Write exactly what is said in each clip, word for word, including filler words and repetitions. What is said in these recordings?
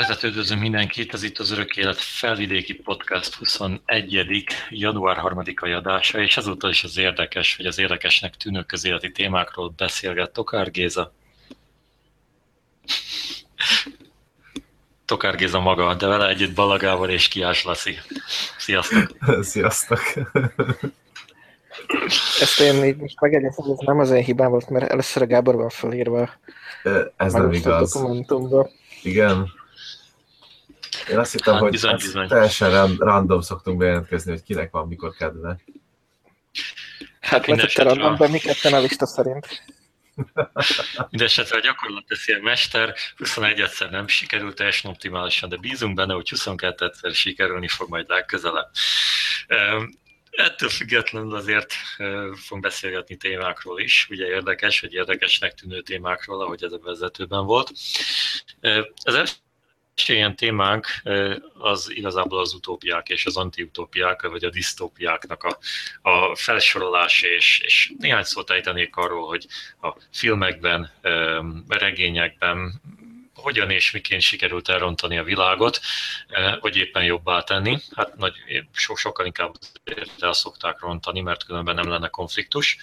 Szeretettel üdvözlöm mindenkit, ez itt az Örök Élet Felvidéki Podcast huszonegyedik január harmadikai adása, és ezúttal is az érdekes, vagy az érdekesnek tűnő közéleti témákról beszélget Tokár Géza. Tokár Géza maga, de vele együtt Balla Gábor és Kiás Laci. Sziasztok! Sziasztok! Ezt én így most megegyezem, ez nem az én hibám volt, mert először a Gábor van felírva. Ez nem igaz. Dokumentumba. Igen. Én azt hittem, Hát, hogy bizony, bizony. teljesen random szoktunk bejelentkezni, hogy kinek van mikor kedve. Hát letette randomban mi ketten a lista szerint. Mindenesetre a gyakorlat teszi a mester, huszonegyedszer nem sikerült teljesen optimálisan, de bízunk benne, hogy huszonkettőszer sikerülni fog majd legközelebb. Ettől függetlenül azért fogunk beszélgetni témákról is, ugye érdekes, vagy érdekesnek tűnő témákról, ahogy ez a vezetőben volt. Az első ilyen témánk az igazából az utópiák és az antiutópiák, vagy a disztópiáknak a, a felsorolása, és, és néhány szót ejtenék arról, hogy a filmekben, regényekben hogyan és miként sikerült elrontani a világot, vagy éppen jobbá tenni. Hát nagy, so, sokkal inkább el szokták rontani, mert különben nem lenne konfliktus.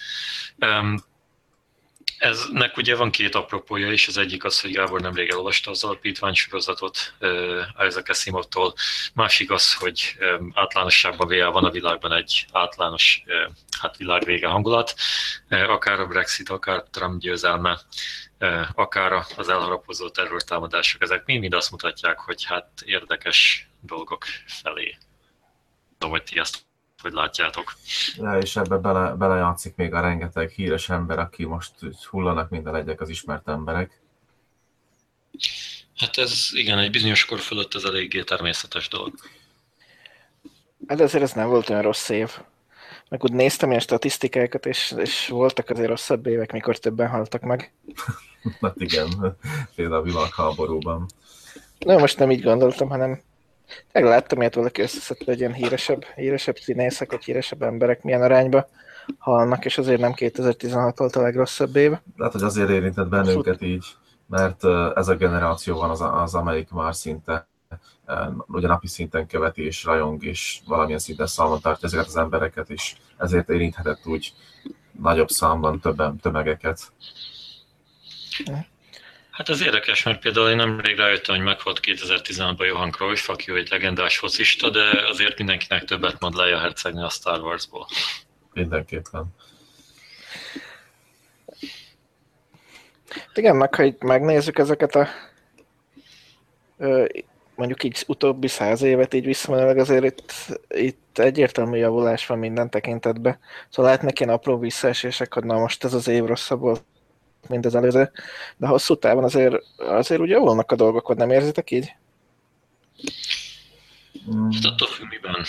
Eznek ugye van két apropója is, az egyik az, hogy Gábor nemrég elolvasta az alapítvány sorozatot Isaac Asimovtól, másik az, hogy általánosságban véve van a világban egy általános hát világvége hangulat, akár a Brexit, akár Trump győzelme, akár az elharapozó terrortámadások, ezek mind-mind azt mutatják, hogy hát érdekes dolgok felé. Tudom, hogy ti ezt hogy látjátok. Ja, és ebbe bele, belejátszik még a rengeteg híres ember, aki most hullanak minden egyek az ismert emberek. Hát ez igen, egy bizonyos kor fölött ez eléggé természetes dolog. De azért ez nem volt olyan rossz év. Meg úgy néztem ilyen statisztikákat, és, és voltak azért rosszabb évek, mikor többen haltak meg. Hát igen, például a világháborúban. Na, most nem így gondoltam, hanem megláttam, hogy valaki összeszedte, hogy ilyen híresebb, híresebb színészek, vagy híresebb emberek milyen arányba halnak, és azért nem kétezer-tizenhat volt a legrosszabb év. Lehet, hogy azért érintett bennünket így, mert ez a generáció van az, az amelyik már szinte ugye napi szinten követi és rajong, és valamilyen szinten számon tartja ezeket az embereket, és ezért érinthetett úgy nagyobb számban többen, tömegeket. Hát ez érdekes, mert például én nemrég rájöttem, hogy meghalt kétezer-tizenhatban Johan Cruyff, aki egy legendás focista, de azért mindenkinek többet mond Leia hercegnő a Star Warsból. Mindenképpen. Igen, meg ha megnézzük ezeket a mondjuk így utóbbi száz évet így visszamenőleg, azért itt, itt egyértelmű javulás van minden tekintetben. Szóval lehetnek ilyen apró visszaesések, hogy na most ez az év rosszabb volt, mint az előző, de hosszú távon azért, azért úgy javulnak a dolgok, hogy nem érzitek így? Hát attól függ, miben.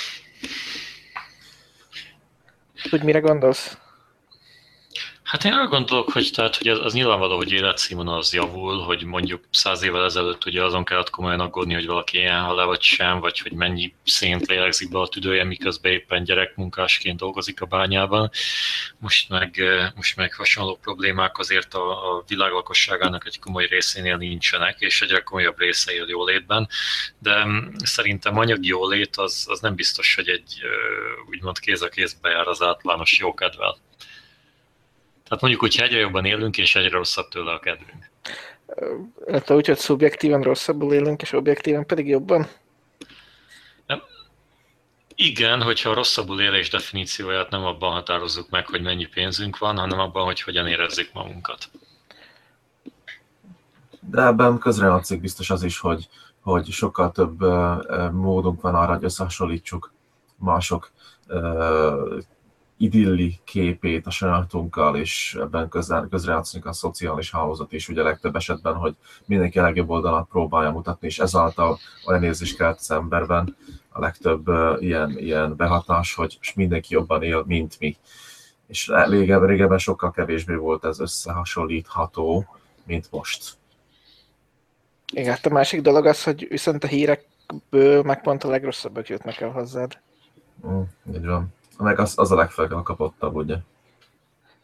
Hogy mire gondolsz? Hát én arra gondolok, hogy, tehát, hogy az, az nyilvánvaló, hogy életszínvonal az javul, hogy mondjuk száz évvel ezelőtt ugye azon kellett komolyan aggódni, hogy valaki ilyen hal le vagy sem, vagy hogy mennyi szént lélegzik be a tüdője, miközben éppen gyerekmunkásként dolgozik a bányában. Most meg, most meg hasonló problémák azért a, a világ lakosságának egy komoly részénél nincsenek, és egyre komolyabb része él jólétben, de szerintem anyagi jólét az, az nem biztos, hogy egy úgymond kéz a kézbe jár az általános jókedvel. Tehát mondjuk úgy, egyre jobban élünk, és egyre rosszabb tőle a kedvünk. Hát úgy, hogy szubjektíven rosszabbul élünk, és objektíven pedig jobban? Nem. Igen, hogyha a rosszabbul élés definícióját nem abban határozzuk meg, hogy mennyi pénzünk van, hanem abban, hogy hogyan érezzük magunkat. De ebben közrejátszik biztos az is, hogy, hogy sokkal több módunk van arra, hogy összehasonlítsuk mások idilli képét a sajátunkkal, és ebben közrejátszik a szociális hálózat is, ugye legtöbb esetben, hogy mindenki a legjobb oldalát próbálja mutatni, és ezáltal olyan érzés kelt az emberben a legtöbb uh, ilyen, ilyen behatás, hogy mindenki jobban él, mint mi. És régebben, régebben sokkal kevésbé volt ez összehasonlítható, mint most. Igen, a másik dolog az, hogy viszont a hírekből meg pont a legrosszabbak jutnak el hozzád. Mm, így van. Meg az, az a legfelkapottabb, ugye?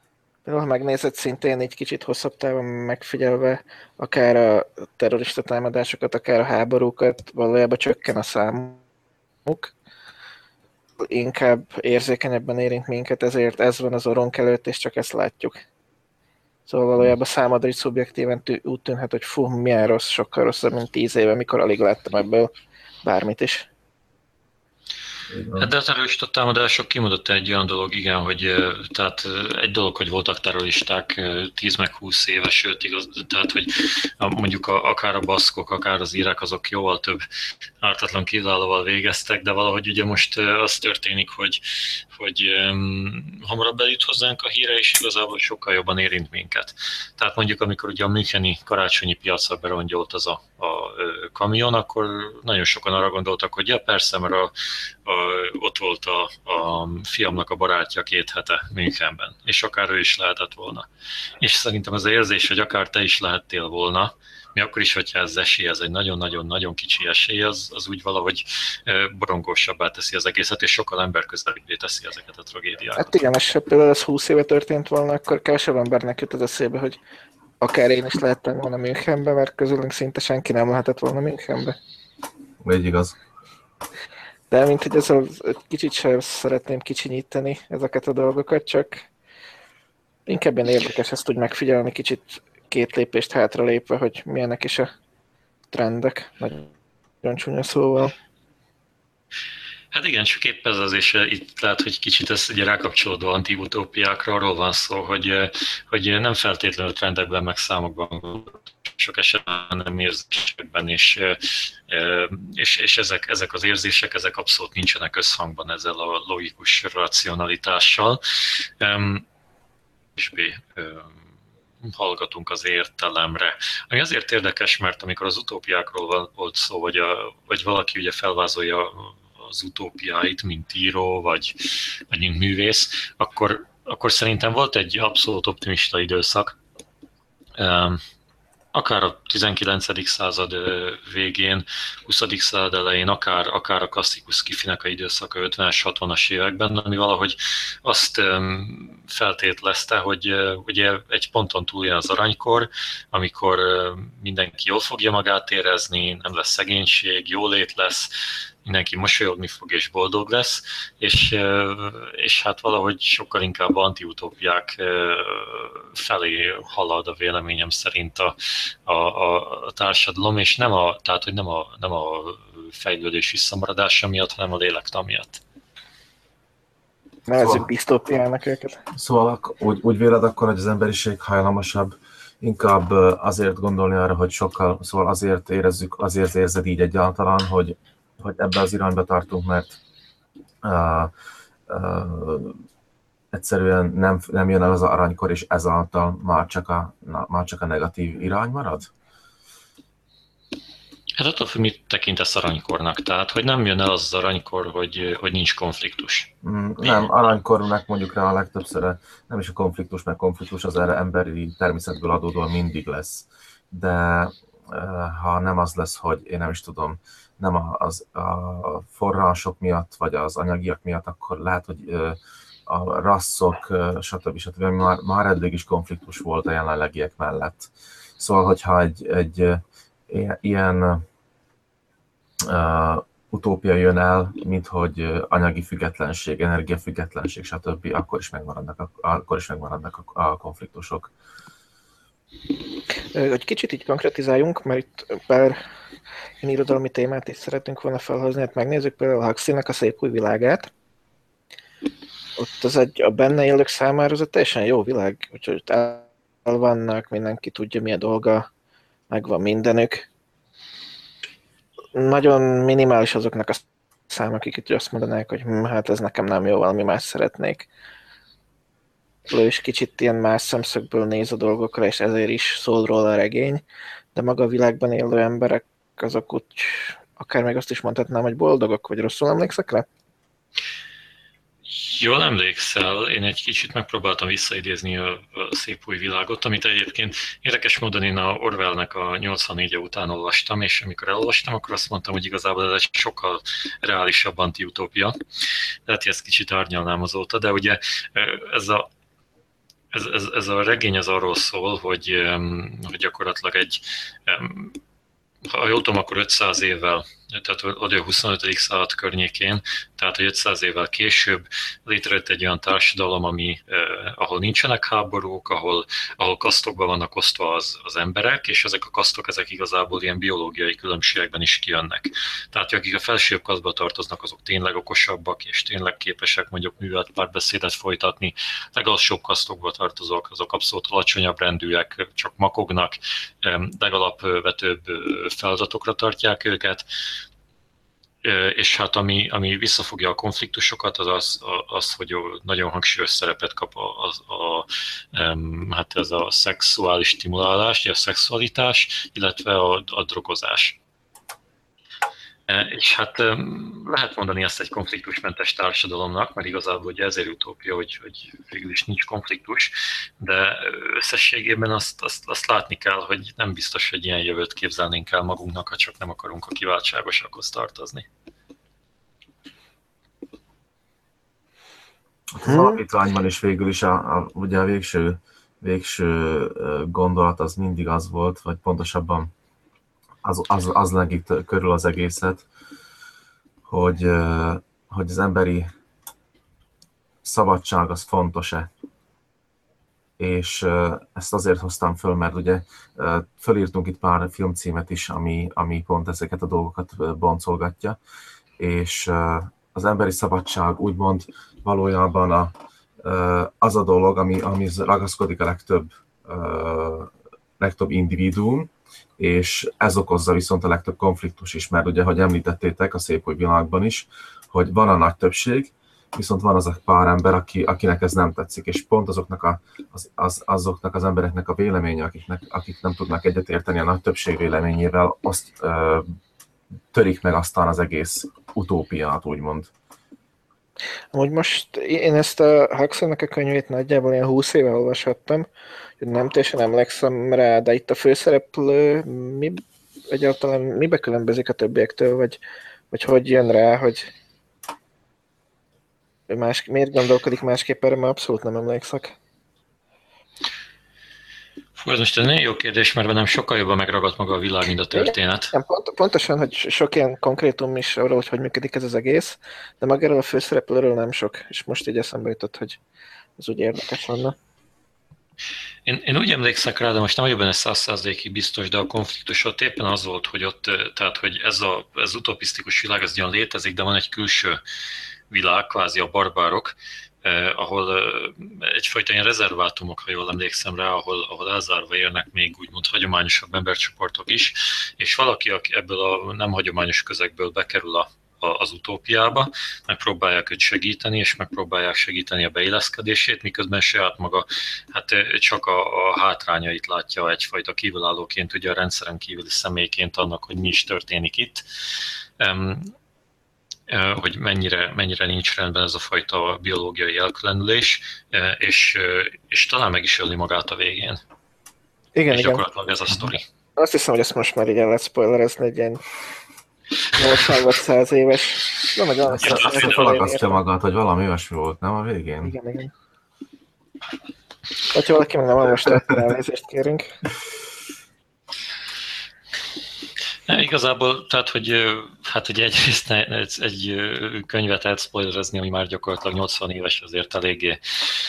Ha megnézed szintén egy kicsit hosszabb távon megfigyelve, akár a terrorista támadásokat, akár a háborúkat, valójában csökken a számuk, inkább érzékenyebben érint minket, ezért ez van az orrunk előtt, és csak ezt látjuk. Szóval valójában számodra is szubjektíven tű, úgy tűnhet, hogy fú, milyen rossz, sokkal rosszabb, mint tíz éve, mikor alig láttam ebből bármit is. Hát de a terrorista támadások kimondott egy olyan dolog, igen, hogy tehát egy dolog, hogy voltak terroristák tíz meg húsz éves, sőt, igaz, tehát hogy mondjuk a, akár a baszkok, akár az írek, azok jóval több ártatlan kiválóval végeztek, de valahogy ugye most az történik, hogy, hogy um, hamarabb eljut hozzánk a híre, és igazából sokkal jobban érint minket. Tehát mondjuk, amikor ugye a müncheni karácsonyi piacra berongyolt az a, a, a kamion, akkor nagyon sokan arra gondoltak, hogy ja persze, mert a A, ott volt a, a fiamnak a barátja két hete Münchenben, és akár ő is lehetett volna. És szerintem az érzés, hogy akár te is lehettél volna, mi akkor is, hogyha ez esély, ez egy nagyon-nagyon-nagyon kicsi esély, az, az úgy valahogy borongósabbá teszi az egészet, és sokkal emberközelibbé teszi ezeket a tragédiákat. Hát igen, és ha például ez húsz éve történt volna, akkor kevesebb embernek jut az eszébe, hogy akár én is lehettem volna Münchenben, mert közülünk szinte senki nem lehetett volna Münchenben. Így igaz. De mint hogy ezzel kicsit sem szeretném kicsinyíteni ezeket a dolgokat, csak inkább ilyen érdekes ezt úgy megfigyelni, kicsit két lépést hátra lépve, hogy milyenek is a trendek. Nagyon csúnya szóval. Hát igen, csak épp ez az, és itt lehet, hogy kicsit ez ugye rákapcsolódó antiutópiákra arról van szó, hogy, hogy nem feltétlenül trendekben, meg számokban, sok esetben nem érzésekben, és, és, és ezek, ezek az érzések, ezek abszolút nincsenek összhangban ezzel a logikus racionalitással. És hallgatunk az értelemre. Ami azért érdekes, mert amikor az utópiákról volt szó, vagy, a, vagy valaki ugye felvázolja az utópiáit, mint író, vagy, vagy mint művész, akkor, akkor szerintem volt egy abszolút optimista időszak, akár a tizenkilencedik század végén, huszadik század elején, akár, akár a klasszikus skifinek a időszaka ötvenes, hatvanas években, ami valahogy azt feltételezte, hogy ugye egy ponton túl jön az aranykor, amikor mindenki jól fogja magát érezni, nem lesz szegénység, jólét lesz, mindenki mosolyogni fog és boldog lesz, és, és hát valahogy sokkal inkább antiutópiák felé halad a véleményem szerint a, a, a társadalom, és nem a, tehát, hogy nem a, nem a fejlődés visszamaradása miatt, hanem a lélektan miatt. Nevezzük szóval, disztópiának őket. Szóval úgy, úgy véled akkor, hogy az emberiség hajlamosabb inkább azért gondolni arra, hogy sokkal, szóval azért érezzük, azért érzed így egyáltalán, hogy hogy ebbe az irányba tartunk, mert uh, uh, egyszerűen nem, nem jön el az aranykor, és ezáltal már csak a, na, már csak a negatív irány marad? Hát attól függ, mit tekintesz aranykornak. Tehát, hogy nem jön el az, az aranykor, hogy, hogy nincs konfliktus. Mm, nem, aranykornak mondjuk rá a legtöbbször nem is a konfliktus, mert konfliktus az erre emberi természetből adódóan mindig lesz. De uh, ha nem az lesz, hogy én nem is tudom, nem az, a források miatt, vagy az anyagiak miatt, akkor lehet, hogy a rasszok, stb. stb. Már, már eddig is konfliktus volt a jelenlegiek mellett. Szóval, hogyha egy, egy ilyen uh, utópia jön el, mint hogy anyagi függetlenség, energiafüggetlenség, stb., akkor is megmaradnak, akkor is megmaradnak a, a konfliktusok. Egy kicsit így konkretizáljunk, mert itt bár én irodalmi témát is szeretünk volna felhozni, hát megnézzük például Huxleynek a Szép új világát. Ott az egy, a benne élők számára az egy teljesen jó világ, úgyhogy ott el vannak, mindenki tudja, mi a dolga, megvan mindenük. Nagyon minimális azoknak a szám, akik itt azt mondanák, hogy hm, hát ez nekem nem jó, valami más szeretnék. Ő is kicsit ilyen más szemszögből néz a dolgokra, és ezért is szól róla a regény, de maga a világban élő emberek azok úgy, akár még azt is mondhatnám, hogy boldogok, vagy rosszul emlékszek rá? Jól emlékszel, én egy kicsit megpróbáltam visszaidézni a, a Szép új világot, amit egyébként érdekes módon én a Orwellnek a nyolcvannégy után olvastam, és amikor elolvastam, akkor azt mondtam, hogy igazából ez egy sokkal reálisabb antiutópia. Lehet, hogy ezt kicsit árnyalnám azóta, de ugye ez a ez, ez, ez a regény az arról szól, hogy, hogy gyakorlatilag egy, ha jól tudom, akkor ötszáz évvel, tehát a huszonötödik század környékén, tehát hogy ötszáz évvel később létrejött egy olyan társadalom, ami, eh, ahol nincsenek háborúk, ahol, ahol kasztokban vannak osztva az, az emberek, és ezek a kasztok ezek igazából ilyen biológiai különbségekben is kijönnek. Tehát akik a felsőbb kasztba tartoznak, azok tényleg okosabbak, és tényleg képesek mondjuk művelt párbeszédet folytatni. Legalassabb kasztokba tartozók, azok abszolút alacsonyabb rendűek, csak makognak, legalapvetőbb feladatokra tartják őket, és hát ami, ami visszafogja a konfliktusokat, az az, az hogy nagyon hangsúlyos szerepet kap a, a, a, hát ez a szexuális stimulálás, a szexualitás, illetve a, a drogozás. És hát lehet mondani ezt egy konfliktusmentes társadalomnak, mert igazából ugye ezért utópia, hogy, hogy végül is nincs konfliktus, de összességében azt, azt, azt látni kell, hogy nem biztos, hogy ilyen jövőt képzelnénk el magunknak, ha csak nem akarunk a kiváltságosakhoz tartozni. Az alapítványban is végül is a, a, ugye a végső, végső gondolat az mindig az volt, vagy pontosabban az, az, az legít körül az egészet, hogy, hogy az emberi szabadság az fontos-e. És ezt azért hoztam föl, mert ugye fölírtunk itt pár filmcímet is, ami, ami pont ezeket a dolgokat boncolgatja, és az emberi szabadság úgymond valójában a, az a dolog, ami, ami ragaszkodik a legtöbb, legtöbb individuum, és ez okozza viszont a legtöbb konfliktus is, mert ugye, ahogy említettétek a szép új világban is, hogy van a nagy többség, viszont van az a pár ember, aki, akinek ez nem tetszik, és pont azoknak, a, az, az, azoknak az embereknek a véleménye, akiknek, akik nem tudnak egyetérteni a nagy többség véleményével, azt ö, törik meg aztán az egész utópiát, úgymond. Amúgy most én ezt a Huxleynek a könyvét nagyjából ilyen húsz éve olvashattam, nem teljesen emlékszem rá, de itt a főszereplő mi, egyáltalán mibe különbözik a többiektől, vagy, vagy hogy jön rá, hogy más, miért gondolkodik másképp, erre már abszolút nem emlékszek. Fú, ez most egy nagyon jó kérdés, mert nem sokkal jobban megragadt maga a világ, mint a történet. Igen, pont, pontosan, hogy sok ilyen konkrétum is arról, hogy hogy működik ez az egész, de magáról a főszereplőről nem sok, és most így eszembe jutott, hogy ez úgy érdekes lenne. Én, én úgy emlékszek rá, de most nem vagyok benne száz százalékig biztos, de a konfliktus ott éppen az volt, hogy ott, tehát, hogy ez a, ez utopisztikus világ, ez ugyan létezik, de van egy külső világ, kvázi a barbárok, eh, ahol eh, egyfajta ilyen rezervátumok, ha jól emlékszem rá, ahol, ahol elzárva élnek még úgymond hagyományosabb embercsoportok is, és valaki, aki ebből a nem hagyományos közegből bekerül a az utópiába, megpróbálják őt segíteni, és megpróbálják segíteni a beilleszkedését, miközben saját maga hát csak a, a hátrányait látja egyfajta kívülállóként, ugye a rendszeren kívüli személyként annak, hogy mi is történik itt, hogy mennyire, mennyire nincs rendben ez a fajta biológiai elkülönülés, és, és talán meg is öli magát a végén. Igen, és igen. gyakorlatilag ez a sztori. Azt hiszem, hogy ezt most már így el lehet spoilerezni egy ilyen nyolcvan vagy száz éves. Nem, hogy olyan felakasztja magát, hogy valami olyasmi volt, nem a végén? Igen, igen. Hogyha valaki meg nem olvasta, elnézést kérünk. Ne, igazából, tehát, hogy hát, hogy egyrészt egy, egy könyvet elspoilerezni, ami már gyakorlatilag nyolcvan éves, azért eléggé,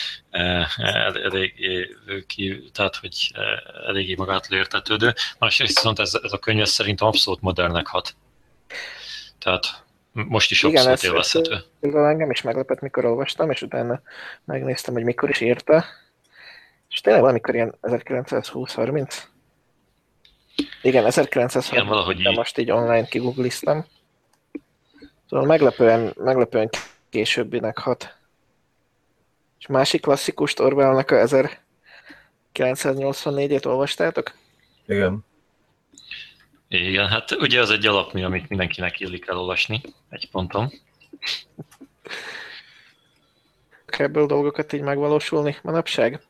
eléggé, ki, tehát, hogy eléggé magától értetődő. Másrészt viszont ez, ez a könyv szerintem abszolút modernnek hat. Tehát most is abszolút igen, élvezhető. Ez, ez engem is meglepett, mikor olvastam, és utána megnéztem, hogy mikor is írta. És tényleg valamikor ilyen ezerkilencszázhúsz harminc? Igen, ezerkilencszázharminc, de most így online kigoogliztam. Szóval meglepően, meglepően későbbinek hat. És másik klasszikust, Orwellnek a ezerkilencszáznyolcvannégyet olvastátok? Igen. Igen, hát ugye az egy alapmű, amit mindenkinek illik elolvasni, egy ponton. Ebből dolgokat így megvalósulni manapság?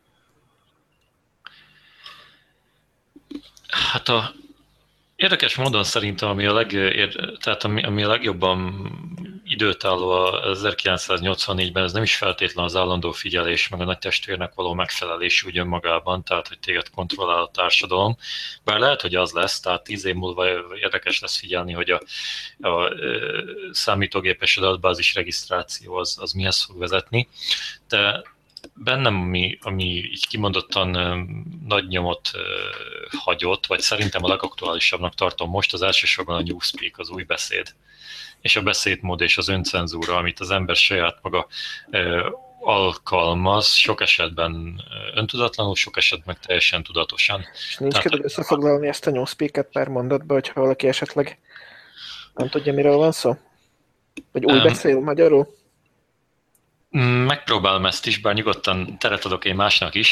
Hát a érdekes módon szerintem, ami a, leg, tehát ami, ami a legjobban időtálló a ezerkilencszáznyolcvannégyben, ez nem is feltétlen az állandó figyelés, meg a nagy testvérnek való megfelelés úgy önmagában, tehát hogy téged kontrollál a társadalom. Bár lehet, hogy az lesz, tehát tíz év múlva érdekes lesz figyelni, hogy a, a számítógépes adatbázis regisztráció az, az mihez fog vezetni. De bennem, ami, ami így kimondottan nagy nyomot hagyott, vagy szerintem a legaktuálisabbnak tartom most, az elsősorban a Newspeak, az új beszéd, és a beszédmód és az öncenzúra, amit az ember saját maga alkalmaz, sok esetben öntudatlanul, sok esetben meg teljesen tudatosan. És nincs kedved összefoglalni ezt a Newspeak-et pár mondatba, hogyha valaki esetleg nem tudja, miről van szó? Vagy úgy um, beszél magyarul? Megpróbálom ezt is, bár nyugodtan teret adok én másnak is.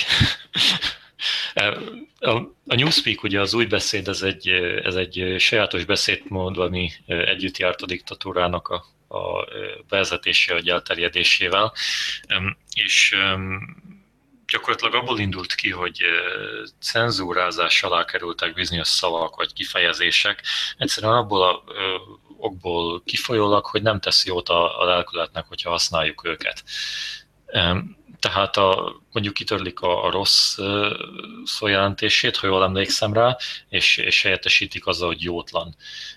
A Newspeak, ugye az új beszéd, ez egy, ez egy sajátos beszédmód, ami együtt járt a diktatúrának a, a bevezetésével, vagy elterjedésével, és gyakorlatilag abból indult ki, hogy cenzúrázás alá kerültek bizonyos szavak vagy kifejezések, egyszerűen abból a okból kifolyólag, hogy nem tesz jót a, a lelkületnek, hogyha használjuk őket. Tehát a, mondjuk kitörlik a, a rossz szójelentését, ha jól emlékszem rá, és, és helyettesítik azzal, hogy jótlan.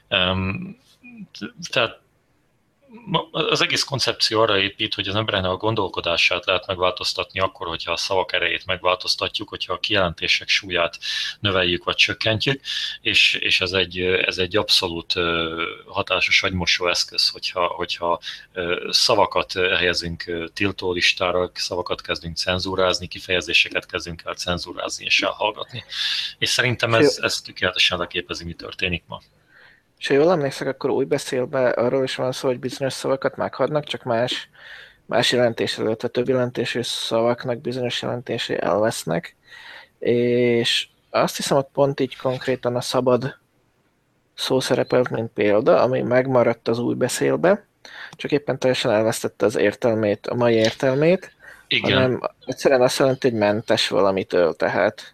Tehát az egész koncepció arra épít, hogy az embernek a gondolkodását lehet megváltoztatni akkor, hogyha a szavak erejét megváltoztatjuk, hogyha a kijelentések súlyát növeljük vagy csökkentjük, és, és ez, egy, ez egy abszolút hatásos agymosó eszköz, hogyha, hogyha szavakat helyezünk tiltólistára, szavakat kezdünk cenzúrázni, kifejezéseket kezdünk el cenzúrázni és elhallgatni. És szerintem ez, ez tökéletesen leképezi, mi történik ma. És ha jól emlékszek, akkor új beszélbe arról is van szó, hogy bizonyos szavakat meghadnak, csak más, más jelentésre, illetve több jelentésű szavaknak bizonyos jelentésé elvesznek. És azt hiszem, hogy pont így konkrétan a szabad szó szerepelt, mint példa, ami megmaradt az új beszélbe, csak éppen teljesen elvesztette az értelmét, a mai értelmét, igen, hanem egyszerűen azt jelenti, hogy mentes valamitől, tehát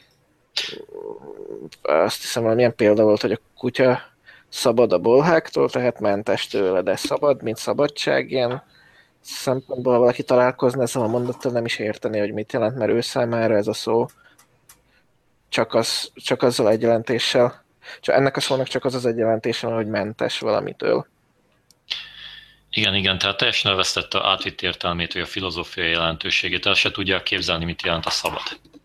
azt hiszem, valamilyen példa volt, hogy a kutya szabad a bolháktól, tehát mentes tőle, de szabad, mint szabadság, ilyen szempontból, ha valaki találkozna ezzel a mondattal, nem is érteni, hogy mit jelent, mert ő számára ez a szó csak, az, csak azzal egy jelentéssel, csak ennek a szónak csak az az egy jelentése, hogy mentes valamitől. Igen, igen, tehát teljesen elvesztette a átvitt értelmét, vagy a filozófiai jelentőségét, el se tudják képzelni, mit jelent a szabad.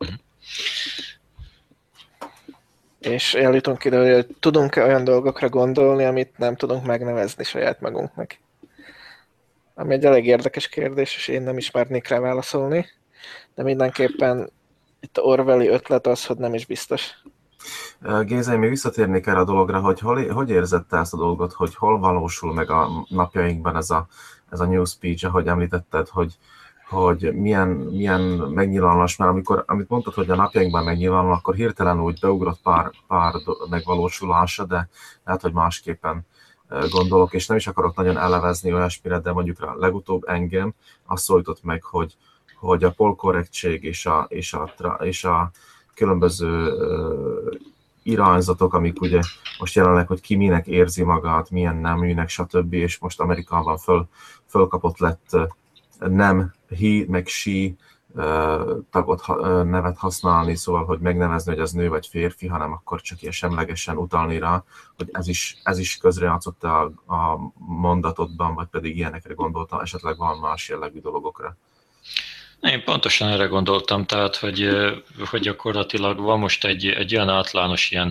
És eljutunk ide, hogy tudunk-e olyan dolgokra gondolni, amit nem tudunk megnevezni saját magunknak. Ami egy elég érdekes kérdés, és én nem ismernék rá válaszolni, de mindenképpen itt a Orwelli ötlet az, hogy nem is biztos. Géza, én még visszatérnék erre a dologra, hogy hol, hogy érzed te ezt a dolgot, hogy hol valósul meg a napjainkban ez a, ez a Newspeak, ahogy említetted, hogy hogy milyen, milyen megnyilvánulás, mert amikor, amit mondtad, hogy a napjainkban megnyilvánul, akkor hirtelen úgy beugrott pár, pár megvalósulása, de lehet, hogy másképpen gondolok, és nem is akarok nagyon elevezni olyasmire, de mondjuk legutóbb engem azt szólított meg, hogy, hogy a polkorrektség és a, és a, és a különböző irányzatok, amik ugye most jelenleg, hogy ki minek érzi magát, milyen neműnek, stb. És most Amerikában föl, fölkapott lett nem he, meg she tagot, nevet használni, szóval, hogy megnevezni, hogy az nő vagy férfi, hanem akkor csak ilyen semlegesen utalni rá, hogy ez is, ez is közrejátszott a, a mondatodban, vagy pedig ilyenekre gondoltam, esetleg van más jellegű dolgokra. Én pontosan erre gondoltam, tehát, hogy, hogy gyakorlatilag van most egy, egy olyan általános ilyen,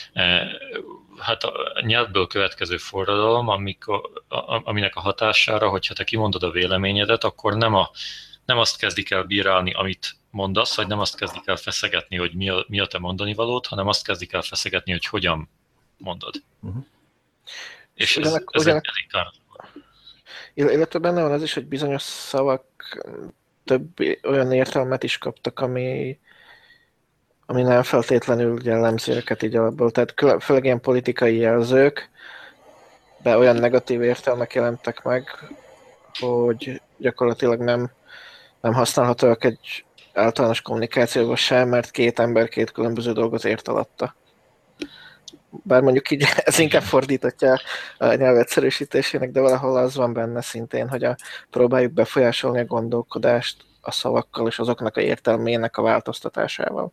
hát a nyelvből következő forradalom, amikor, aminek a hatására, hogyha te kimondod a véleményedet, akkor nem, a, nem azt kezdik el bírálni, amit mondasz, vagy nem azt kezdik el feszegetni, hogy mi a, mi a te mondani valód, hanem azt kezdik el feszegetni, hogy hogyan mondod. Uh-huh. És ez, ugyanak, ez ugyanak, egy elég illetve benne van az is, hogy bizonyos szavak több olyan értelmet is kaptak, ami, ami nem feltétlenül jellemzi őket így alapból. Tehát főleg ilyen politikai jelzők, de olyan negatív értelmek jelentek meg, hogy gyakorlatilag nem, nem használhatóak egy általános kommunikációban sem, mert két ember két különböző dolgot ért alatta. bár mondjuk így ez inkább fordítatja a nyelv egyszerűsítésének, de valahol az van benne szintén, hogy a, próbáljuk befolyásolni a gondolkodást a szavakkal és azoknak a értelmének a változtatásával.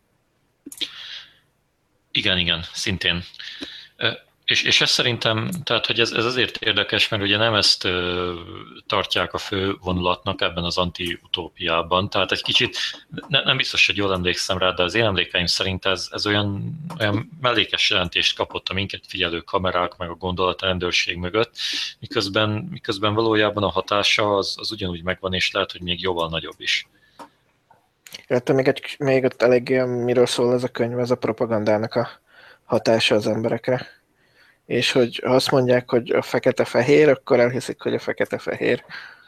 Igen, igen, szintén. És, és ez szerintem, tehát hogy ez, ez azért érdekes, mert ugye nem ezt ö, tartják a fő vonulatnak ebben az anti-utópiában, tehát egy kicsit, ne, nem biztos, hogy jól emlékszem rá, de az én emlékeim szerint ez, ez olyan, olyan mellékes jelentést kapott a minket figyelő kamerák, meg a gondolatrendőrség mögött, miközben, miközben valójában a hatása az, az ugyanúgy megvan, és lehet, hogy még jóval nagyobb is. Illetve még, egy, még ott eléggé, miről szól ez a könyv, ez a propagandának a hatása az emberekre. És hogy ha azt mondják, hogy a fekete-fehér, akkor elhiszik, hogy a fekete-fehér.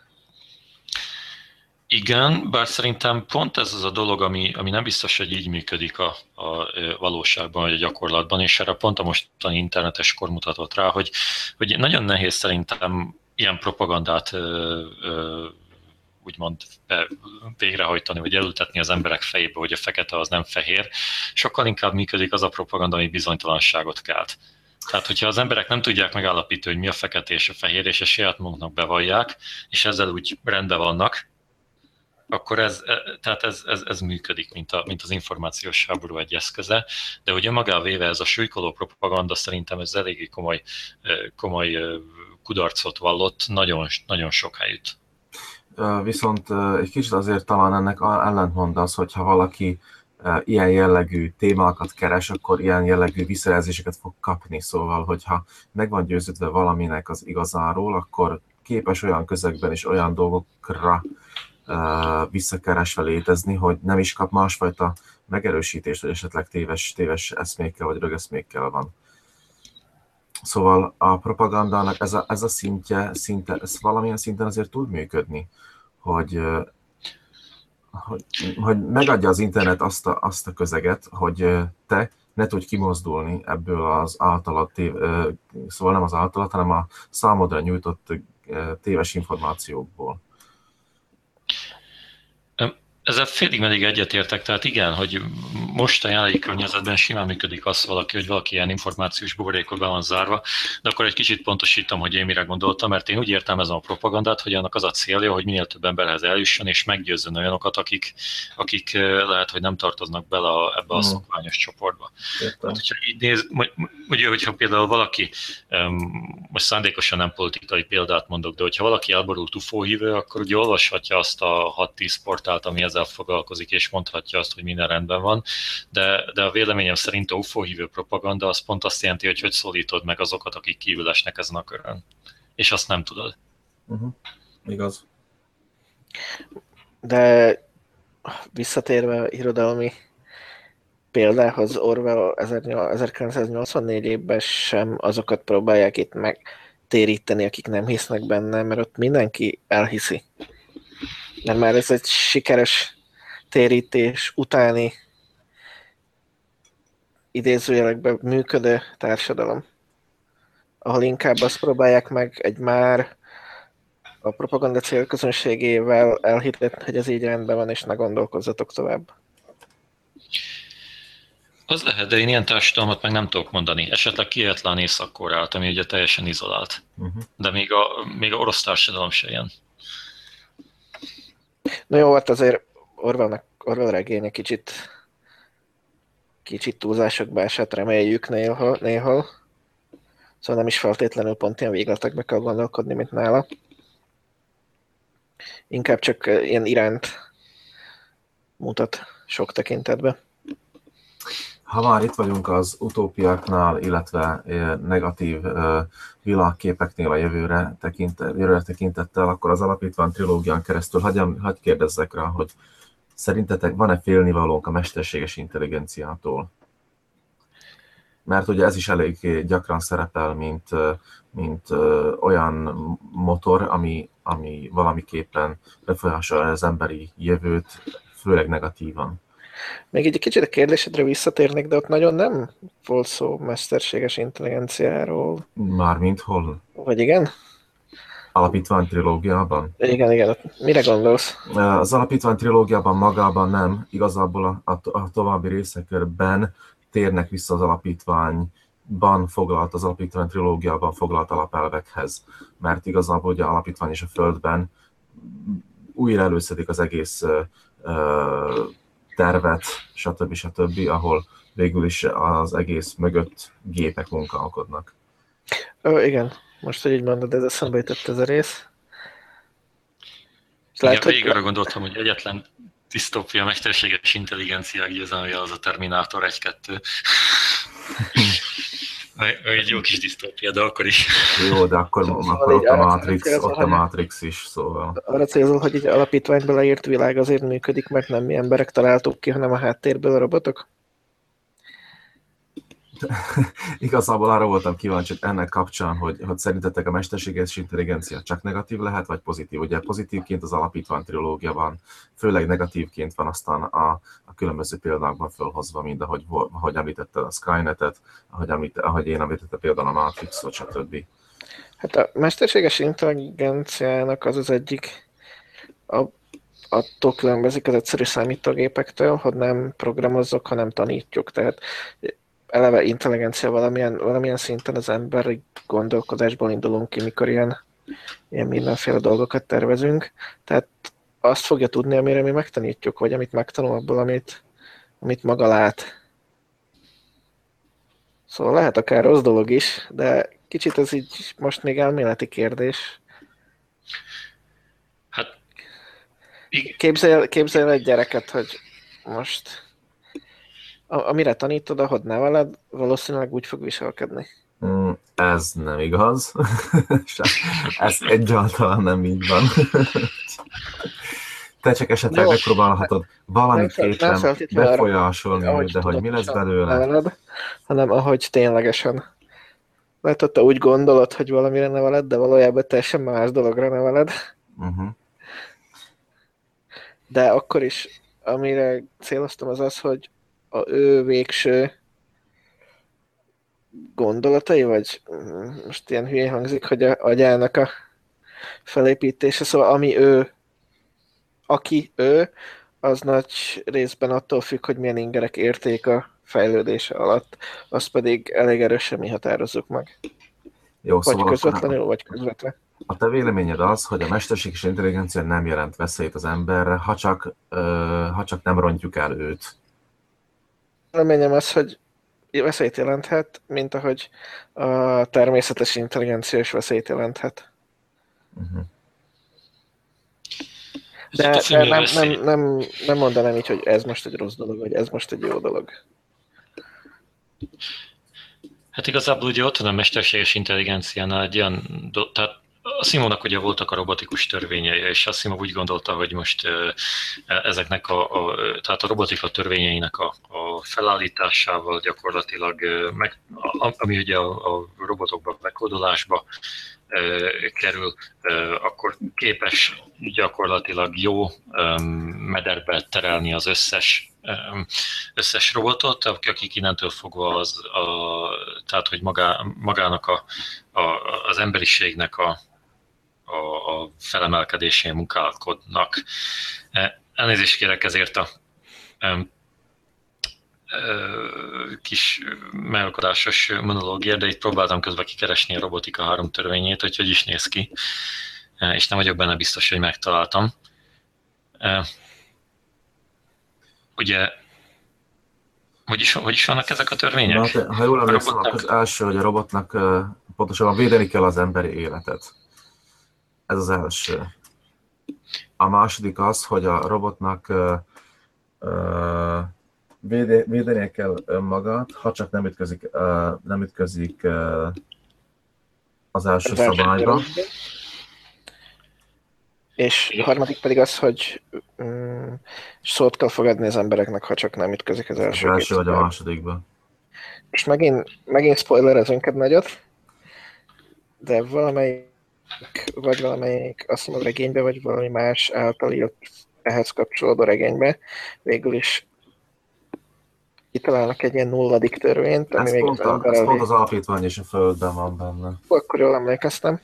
Igen, bár szerintem pont ez az a dolog, ami, ami nem biztos, hogy így működik a, a valóságban, vagy a gyakorlatban, és erre pont a mostani internetes kor mutatott rá, hogy, hogy nagyon nehéz szerintem ilyen propagandát ö, ö, úgymond végrehajtani, vagy elültetni az emberek fejébe, hogy a fekete az nem fehér. Sokkal inkább működik az a propaganda, ami bizonytalanságot kelt. Tehát, hogyha az emberek nem tudják megállapítani, hogy mi a fekete és a fehér, és a saját maguknak bevallják, és ezzel úgy rendben vannak, akkor ez, tehát ez, ez, ez működik, mint, a, mint az információs háború egy eszköze, de ugye magával véve ez a súlykoló propaganda szerintem ez eléggé komoly, komoly kudarcot vallott nagyon, nagyon sok helyütt. Viszont egy kicsit azért talán ennek ellentmond az, hogyha valaki ilyen jellegű témákat keres, akkor ilyen jellegű visszajelzéseket fog kapni. Szóval, hogyha meg van győződve valaminek az igazáról, akkor képes olyan közegben és olyan dolgokra uh, visszakeresve létezni, hogy nem is kap másfajta megerősítést, vagy esetleg téves, téves eszmékkel vagy rögeszmékkel van. Szóval a propagandának ez a, ez a szintje, szinte, ez valamilyen szinten azért tud működni, hogy Hogy, hogy megadja az internet azt a, azt a közeget, hogy te ne tudj kimozdulni ebből az általad, szóval nem az általad, hanem a számodra nyújtott téves információkból. Ezzel félig meddig egyetértek, tehát igen, hogy most a jelenlegi környezetben simán működik az valaki, hogy valaki ilyen információs buborékba be van zárva, de akkor egy kicsit pontosítom, hogy én mire gondoltam, mert én úgy értelmezem a propagandát, hogy annak az a célja, hogy minél több emberhez eljusson, és meggyőzzön olyanokat, akik, akik lehet, hogy nem tartoznak bele a, ebbe a szokványos csoportba. Tehát, hogyha így néz, ugye, hogyha például valaki, most szándékosan nem politikai példát mondok, de hogyha valaki elborult ufóhívő, akkor ugye olvashatja azt a hat-tíz portált, ami ezzel foglalkozik, és mondhatja azt, hogy minden rendben van, de, de a véleményem szerint a ufóhívő propaganda az pont azt jelenti, hogy hogy szólítod meg azokat, akik kívül esnek ezen a körön. És azt nem tudod. Uh-huh. Igaz. De visszatérve irodalmi példához, Orwell ezerkilencszáznyolcvannégy évben sem azokat próbálják itt megtéríteni, akik nem hisznek benne, mert ott mindenki elhiszi. Mert már ez egy sikeres térítés utáni idézőjelekben működő társadalom, ahol inkább azt próbálják meg egy már a propaganda célközönségével elhitetni, hogy ez így rendben van, és ne gondolkozzatok tovább. Az lehet, de én ilyen társadalmat meg nem tudok mondani. Esetleg kihetlen Észak-Koreát, ami ugye teljesen izolált. Uh-huh. De még a, még a orosz társadalom se ilyen. Na jó, hát azért Orwellnek, Orwell regénye kicsit, kicsit túlzásokba esett, reméljük néha, néha. Szóval nem is feltétlenül pont ilyen végletekbe kell gondolkodni, mint nála. Inkább csak ilyen iránt mutat sok tekintetben. Ha már itt vagyunk az utópiáknál, illetve negatív világképeknél a jövőre, tekint, jövőre tekintettel, akkor az alapítvány trilógián keresztül hagyjam, hagyj kérdezzek rá, hogy szerintetek van-e félnivalónk a mesterséges intelligenciától? Mert ugye ez is elég gyakran szerepel, mint, mint olyan motor, ami, ami valamiképpen befolyásolja az emberi jövőt, főleg negatívan. Még egy kicsit a kérdésedre visszatérnék, de ott nagyon nem volt szó mesterséges intelligenciáról. Mármint hol? Vagy igen? Alapítvány trilógiában? Igen, igen. Mire gondolsz? Az alapítvány trilógiában magában nem, igazából a, a, a további részekben térnek vissza az alapítvány ban foglalt, az alapítvány trilógiában foglalt alapelvekhez, mert igazából ugye alapítvány és a Földben újra előszedik az egész uh, tervet, stb. stb., ahol végül is az egész mögött gépek munkálkodnak. Ö, igen, most, hogy így mondod, ez eszembe jutott ez a rész. Igen, lehet, végig arra gondoltam, hogy egyetlen disztópia mesterséges intelligencia győzelmje az a Terminátor egy kettő. Egy jó kis disztópia, de akkor is. Jó, de akkor, szóval akkor ott, a Matrix, ott a Matrix is, szóval. Arra célzol, hogy egy alapítványba leírt világ azért működik, mert nem mi emberek találtuk ki, hanem a háttérből a robotok? Igazából arra voltam kíváncsi ennek kapcsán, hogy, hogy szerintetek a mesterséges intelligencia csak negatív lehet, vagy pozitív? Ugye pozitívként az alapítvány trilógia van, főleg negatívként van aztán a, a különböző példákban felhozva, mind ahogy, ahogy említette a Skynetet, ahogy, említ, ahogy én említette például a Matrixot, stb. Hát a mesterséges intelligenciának az az egyik, a, attól különbözik az egyszerű számítógépektől, hogy nem programozzuk, hanem tanítjuk. Tehát eleve intelligencia valamilyen, valamilyen szinten az emberi gondolkodásból indulunk ki, mikor ilyen, ilyen mindenféle dolgokat tervezünk. Tehát azt fogja tudni, amire mi megtanítjuk, vagy amit megtanul abból, amit, amit maga lát. Szóval lehet akár rossz dolog is, de kicsit ez így most még elméleti kérdés. Hát, képzelj, képzelj egy gyereket, hogy most amire tanítod, ahogy neveled, valószínűleg úgy fog viselkedni. Mm, ez nem igaz. Ez egyáltalán nem így van. Te csak esetleg Jó, megpróbálhatod valamiképpen befolyásolni, arra, de hogy mi lesz belőle. Neveled, hanem ahogy ténylegesen. Mert ott te úgy gondolod, hogy valamire neveled, de valójában teljesen más dologra neveled. Uh-huh. De akkor is, amire céloztam, az az, hogy a ő végső gondolatai, vagy most ilyen hülyén hangzik, hogy a agyának a felépítése, szóval ami ő, aki ő, az nagy részben attól függ, hogy milyen ingerek érték a fejlődése alatt, azt pedig elég erősen mi határozzuk meg. Jó, vagy szóval közvetlenül, vagy közvetve. A te véleményed az, hogy a mesterséges intelligencia nem jelent veszélyt az emberre, ha csak, uh, ha csak nem rontjuk el őt. Véleményem az, hogy veszélyt jelenthet, mint ahogy a természetes intelligencia is veszélyt jelenthet. Uh-huh. De, de nem, nem, nem, nem mondanám így, hogy ez most egy rossz dolog, vagy ez most egy jó dolog. Hát igazából ugye ott van a mesterséges intelligenciánál egy olyan, tehát Asimovnak ugye voltak a robotikus törvényei, és Asimov úgy gondolta, hogy most ezeknek a, a, tehát a robotika törvényeinek a, a felállításával gyakorlatilag, meg, ami ugye a, a robotokba, bekódolásba kerül, akkor képes gyakorlatilag jó mederbe terelni az összes összes robotot, akik innentől fogva az, a, tehát hogy magá, magának a, a, az emberiségnek a, a, a felemelkedésén munkálkodnak. Elnézést kérek ezért a um, kis megalkodásos monológiát, de itt próbáltam közben kikeresni a robotika három törvényét, hogy hogy is néz ki, és nem vagyok benne biztos, hogy megtaláltam. Ugye, hogy is, hogy is vannak ezek a törvények? Na, te, ha jól emlékszem, robotnak... az első, hogy a robotnak pontosabban védeni kell az emberi életet. Ez az első. A második az, hogy a robotnak uh, uh, védenie kell önmagát, ha csak nem ütközik, uh, nem ütközik uh, az első az szabályba. És a harmadik pedig az, hogy um, szót kell fogadni az embereknek, ha csak nem ütközik az első. Az első vagy a másodikban. És megint, megint spoilerezünk egy nagyot, de valamelyik, vagy valamelyik azt mondom regénybe, vagy valami más által írt ehhez kapcsolódó regénybe, végül is kitalálnak egy ilyen nulladik törvényt, ami ez még pont, az a, ember ez elé... pont az alapítvány és a földben van benne. Akkor jól emlékeztem.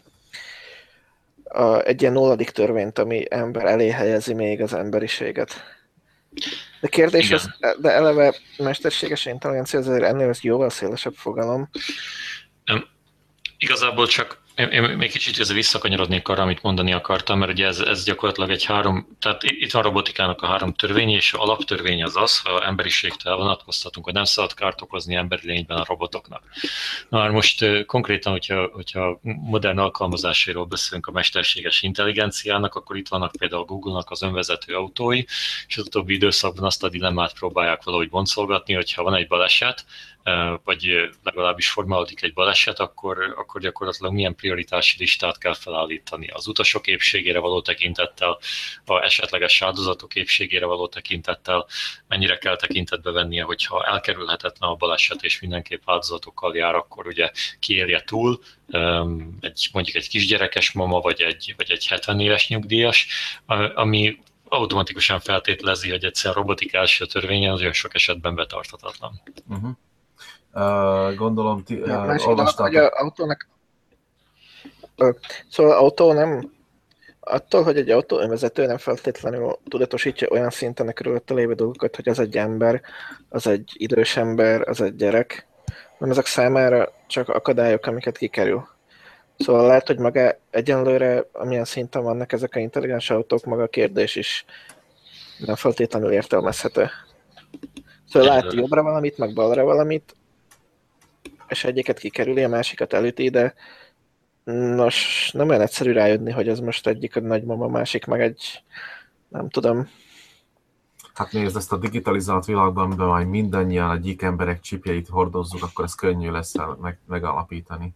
A, egy ilyen nulladik törvényt, ami ember elé helyezi még az emberiséget. De kérdés, Igen. az, de eleve mesterséges intelligencia azért ennél ez jóval szélesebb fogalom. Öm, Igazából csak én, én még kicsit ez visszakanyarodnék arra, amit mondani akartam, mert ugye ez, ez gyakorlatilag egy három, tehát itt van a robotikának a három törvénye, és a alaptörvény az az, ha emberiségtől elvonatkoztatunk, hogy nem szabad kárt okozni emberi lényben a robotoknak. Na már most konkrétan, hogyha, hogyha modern alkalmazásairól beszélünk a mesterséges intelligenciának, akkor itt vannak például a Google-nak az önvezető autói, és az utóbbi időszakban azt a dilemmát próbálják valahogy boncolgatni, hogyha van egy baleset, vagy legalábbis formálódik egy baleset, akkor, akkor gyakorlatilag milyen prioritási listát kell felállítani az utasok épségére való tekintettel, a esetleges áldozatok épségére való tekintettel, mennyire kell tekintetbe vennie, hogyha elkerülhetetlen a baleset és mindenképp áldozatokkal jár, akkor ugye kiélje túl, egy, mondjuk egy kisgyerekes mama, vagy egy, vagy egy hetven éves nyugdíjas, ami automatikusan feltételezi, hogy egyszer a robotika első törvénye nagyon sok esetben betartatatlan. Uh-huh. Uh, gondolom, ti uh, olvastátok. Hogy a autónak... Szóval az autó nem... Attól, hogy egy autó önvezető nem feltétlenül tudatosítja olyan szinten a körülötte lévő dolgokat, hogy az egy ember, az egy idős ember, az egy gyerek, hanem ezek számára csak akadályok, amiket kikerül. Szóval lehet, hogy maga egyenlőre, amilyen szinten vannak ezek a intelligens autók, maga a kérdés is nem feltétlenül értelmezhető. Szóval lehet jobbra valamit, meg balra valamit, és egyiket kikerüli, a másikat elüti, de nos, nem olyan egyszerű rájönni, hogy ez most egyik a nagymama, másik meg egy, nem tudom. Hát nézd, ezt a digitalizált világban, amiben majd mindannyian a gyík emberek csipjeit hordozzuk, akkor ez könnyű lesz meg, megalapítani.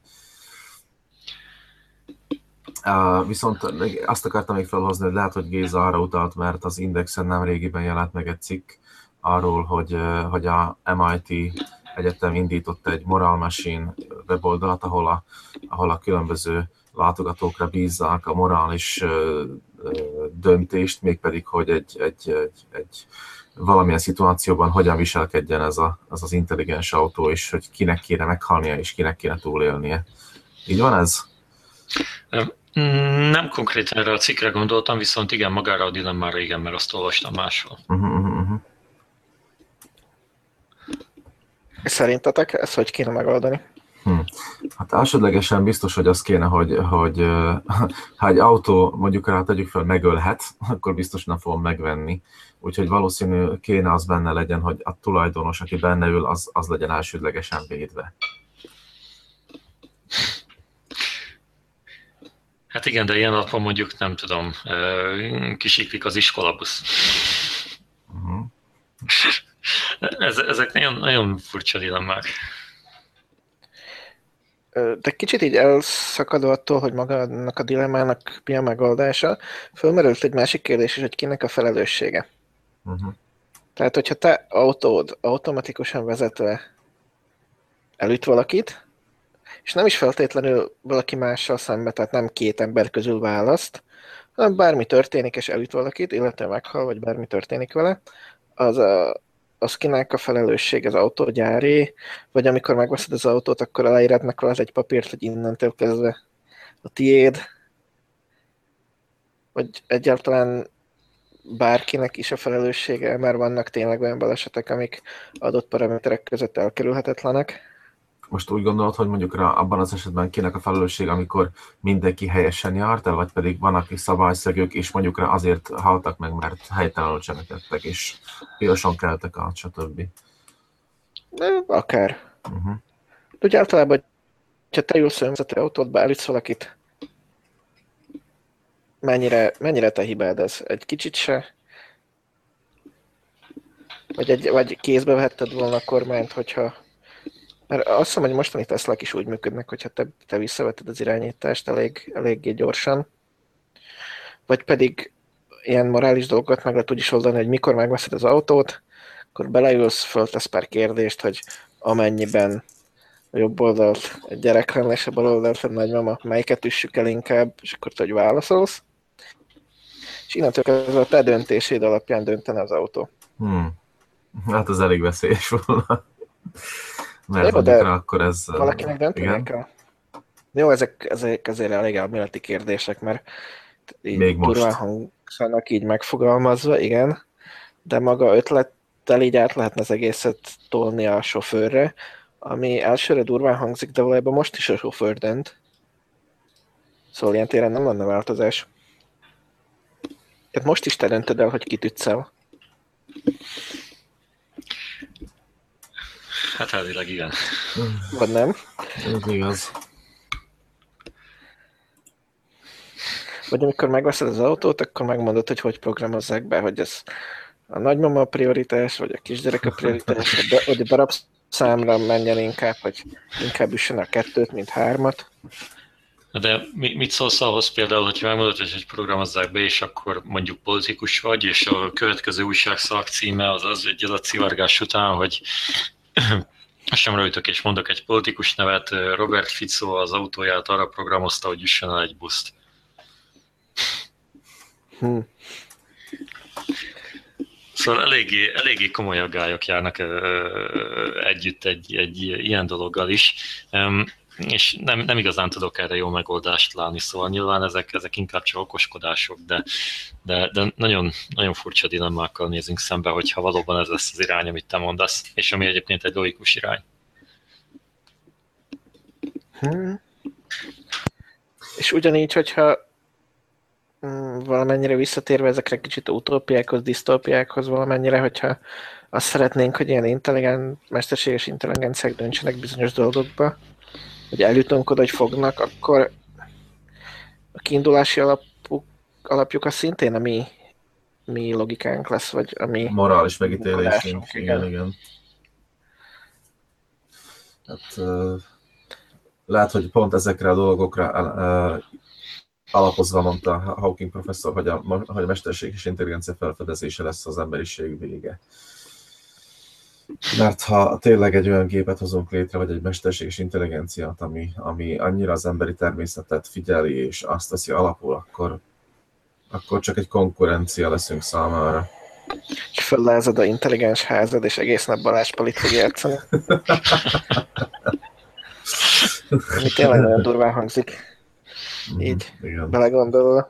Uh, viszont azt akartam még felhozni, hogy lehet, hogy Géza arra utalt, mert az Indexen nem régiben jelent meg egy cikk arról, hogy, uh, hogy a em i té Egyetem indított egy Moral Machine weboldalat, ahol a, ahol a különböző látogatókra bízzák a morális uh, uh, döntést, mégpedig, hogy egy, egy, egy, egy valamilyen szituációban hogyan viselkedjen ez, a, ez az intelligens autó, és hogy kinek kéne meghalnia, és kinek kéne túlélnie. Így van ez? Nem konkrétan erre a cikkre gondoltam, viszont igen, magára a dilemmára igen, mert azt olvastam máshol. Uh-huh, uh-huh. Szerintetek ezt hogy kéne megoldani? Hmm. Hát elsődlegesen biztos, hogy az kéne, hogy, hogy ha egy autó mondjuk rá tegyük fel megölhet, akkor biztos nem fogom megvenni. Úgyhogy valószínű kéne az benne legyen, hogy a tulajdonos, aki benne ül, az, az legyen elsődlegesen védve. Hát igen, de ilyen alapon mondjuk nem tudom, kisiklik az iskolabusz. Uh-huh. Ezek nagyon, nagyon furcsa dilemmák. De kicsit így elszakadva attól, hogy magának a dilemmának mi a megoldása, fölmerült egy másik kérdés is, hogy kinek a felelőssége. Uh-huh. Tehát, hogyha te autód automatikusan vezetve elüt valakit, és nem is feltétlenül valaki mással szembe, tehát nem két ember közül választ, hanem bármi történik, és elüt valakit, illetve meghal, vagy bármi történik vele, az, a, az kinek a felelősség, az autógyáré, vagy amikor megveszed az autót, akkor aláíratnak vele egy papírt, hogy innentől kezdve a tiéd, vagy egyáltalán bárkinek is a felelőssége, mert vannak tényleg olyan balesetek, amik adott paraméterek között elkerülhetetlenek. Most úgy gondolod, hogy mondjuk rá abban az esetben kinek a felelősség, amikor mindenki helyesen járt el, vagy pedig van, akik szabályszegők, és mondjuk rá azért haltak meg, mert helytelenül cselekedtek, és piroson keltek át, stb. Akár. Uh-huh. Úgy általában, ha te ülsz önvezető autódba, elütsz valakit, mennyire, mennyire te hibád ez? Egy kicsit se? Vagy, egy, vagy kézbe vehetted volna a kormányt, hogyha... Mert azt hiszem, hogy mostani Teslák is úgy működnek, hogyha te, te visszaveted az irányítást elég, eléggé gyorsan. Vagy pedig ilyen morális dolgokat meg lehet úgy is oldani, hogy mikor megveszed az autót, akkor beleülsz, föltesz pár kérdést, hogy amennyiben a jobb oldalt egy gyerek lenne, és a bal oldalt egy nagymama, melyiket üssük el inkább, és akkor te hogy válaszolsz. És innentől kezdve a te döntéséd alapján döntene az autó. Hmm. Hát az elég veszélyes volna. Mert jó, de akkor ez... Valakinek döntenie kell. Jó, ezek, ezek azért elég elméleti kérdések, mert így durván hangzanak így megfogalmazva, igen, de maga ötlet, ezúttal így át lehetne az egészet tolni a sofőrre, ami elsőre durván hangzik, de valójában most is a sofőr dönt. Szóval ilyen téren nem lenne változás. Tehát most is te döntöd el, hogy kit ütsz el. Hát elvileg igen. Vagy nem? Ez igaz. Vagy amikor megveszed az autót, akkor megmondod, hogy hogy programozzák be, hogy ez a nagymama a prioritás, vagy a kisgyerek a prioritás, vagy a darab számra menjen inkább, hogy inkább üssön a kettőt, mint hármat. De mit szólsz ahhoz például, hogyha megmondod, hogy programozzák be, és akkor mondjuk politikus vagy, és a következő újságszalak címe az az egy adatszivárgás után, hogy sem rajtok, és mondok egy politikus nevet, Robert Fico az autóját arra programozta, hogy üssön el egy buszt. Hmm. Szóval eléggé, eléggé komoly aggályok járnak együtt egy, egy ilyen dologgal is, és nem, nem igazán tudok erre jó megoldást látni, szóval nyilván ezek, ezek inkább csak okoskodások, de, de, de nagyon, nagyon furcsa dilemmákkal nézünk szembe, hogyha valóban ez lesz az irány, amit te mondasz, és ami egyébként egy logikus irány. Hmm. És ugyanígy, hogyha valamennyire visszatérve ezekre kicsit utópiákhoz, disztópiákhoz valamennyire, hogyha azt szeretnénk, hogy ilyen intelligent, mesterséges intelligenciák döntsenek bizonyos dolgokba, hogy eljutunk oda, hogy fognak, akkor a kiindulási alapuk, alapjuk az szintén a mi, mi logikánk lesz, vagy a mi morális megítélésünk. Igen, igen. igen. Hát, uh, lehet, hogy pont ezekre a dolgokra uh, alapozva mondta Hawking professzor, hogy a, hogy a mesterséges intelligencia felfedezése lesz az emberiség vége. Mert ha tényleg egy olyan gépet hozunk létre, vagy egy mesterséges intelligenciát, ami, ami annyira az emberi természetet figyeli, és azt teszi alapul, akkor, akkor csak egy konkurencia leszünk számára. És föllázad a intelligens házad, és egész nap Balázs Palit fog játszani. Ami tényleg nagyon durván hangzik. Így, igen. Belegondolva.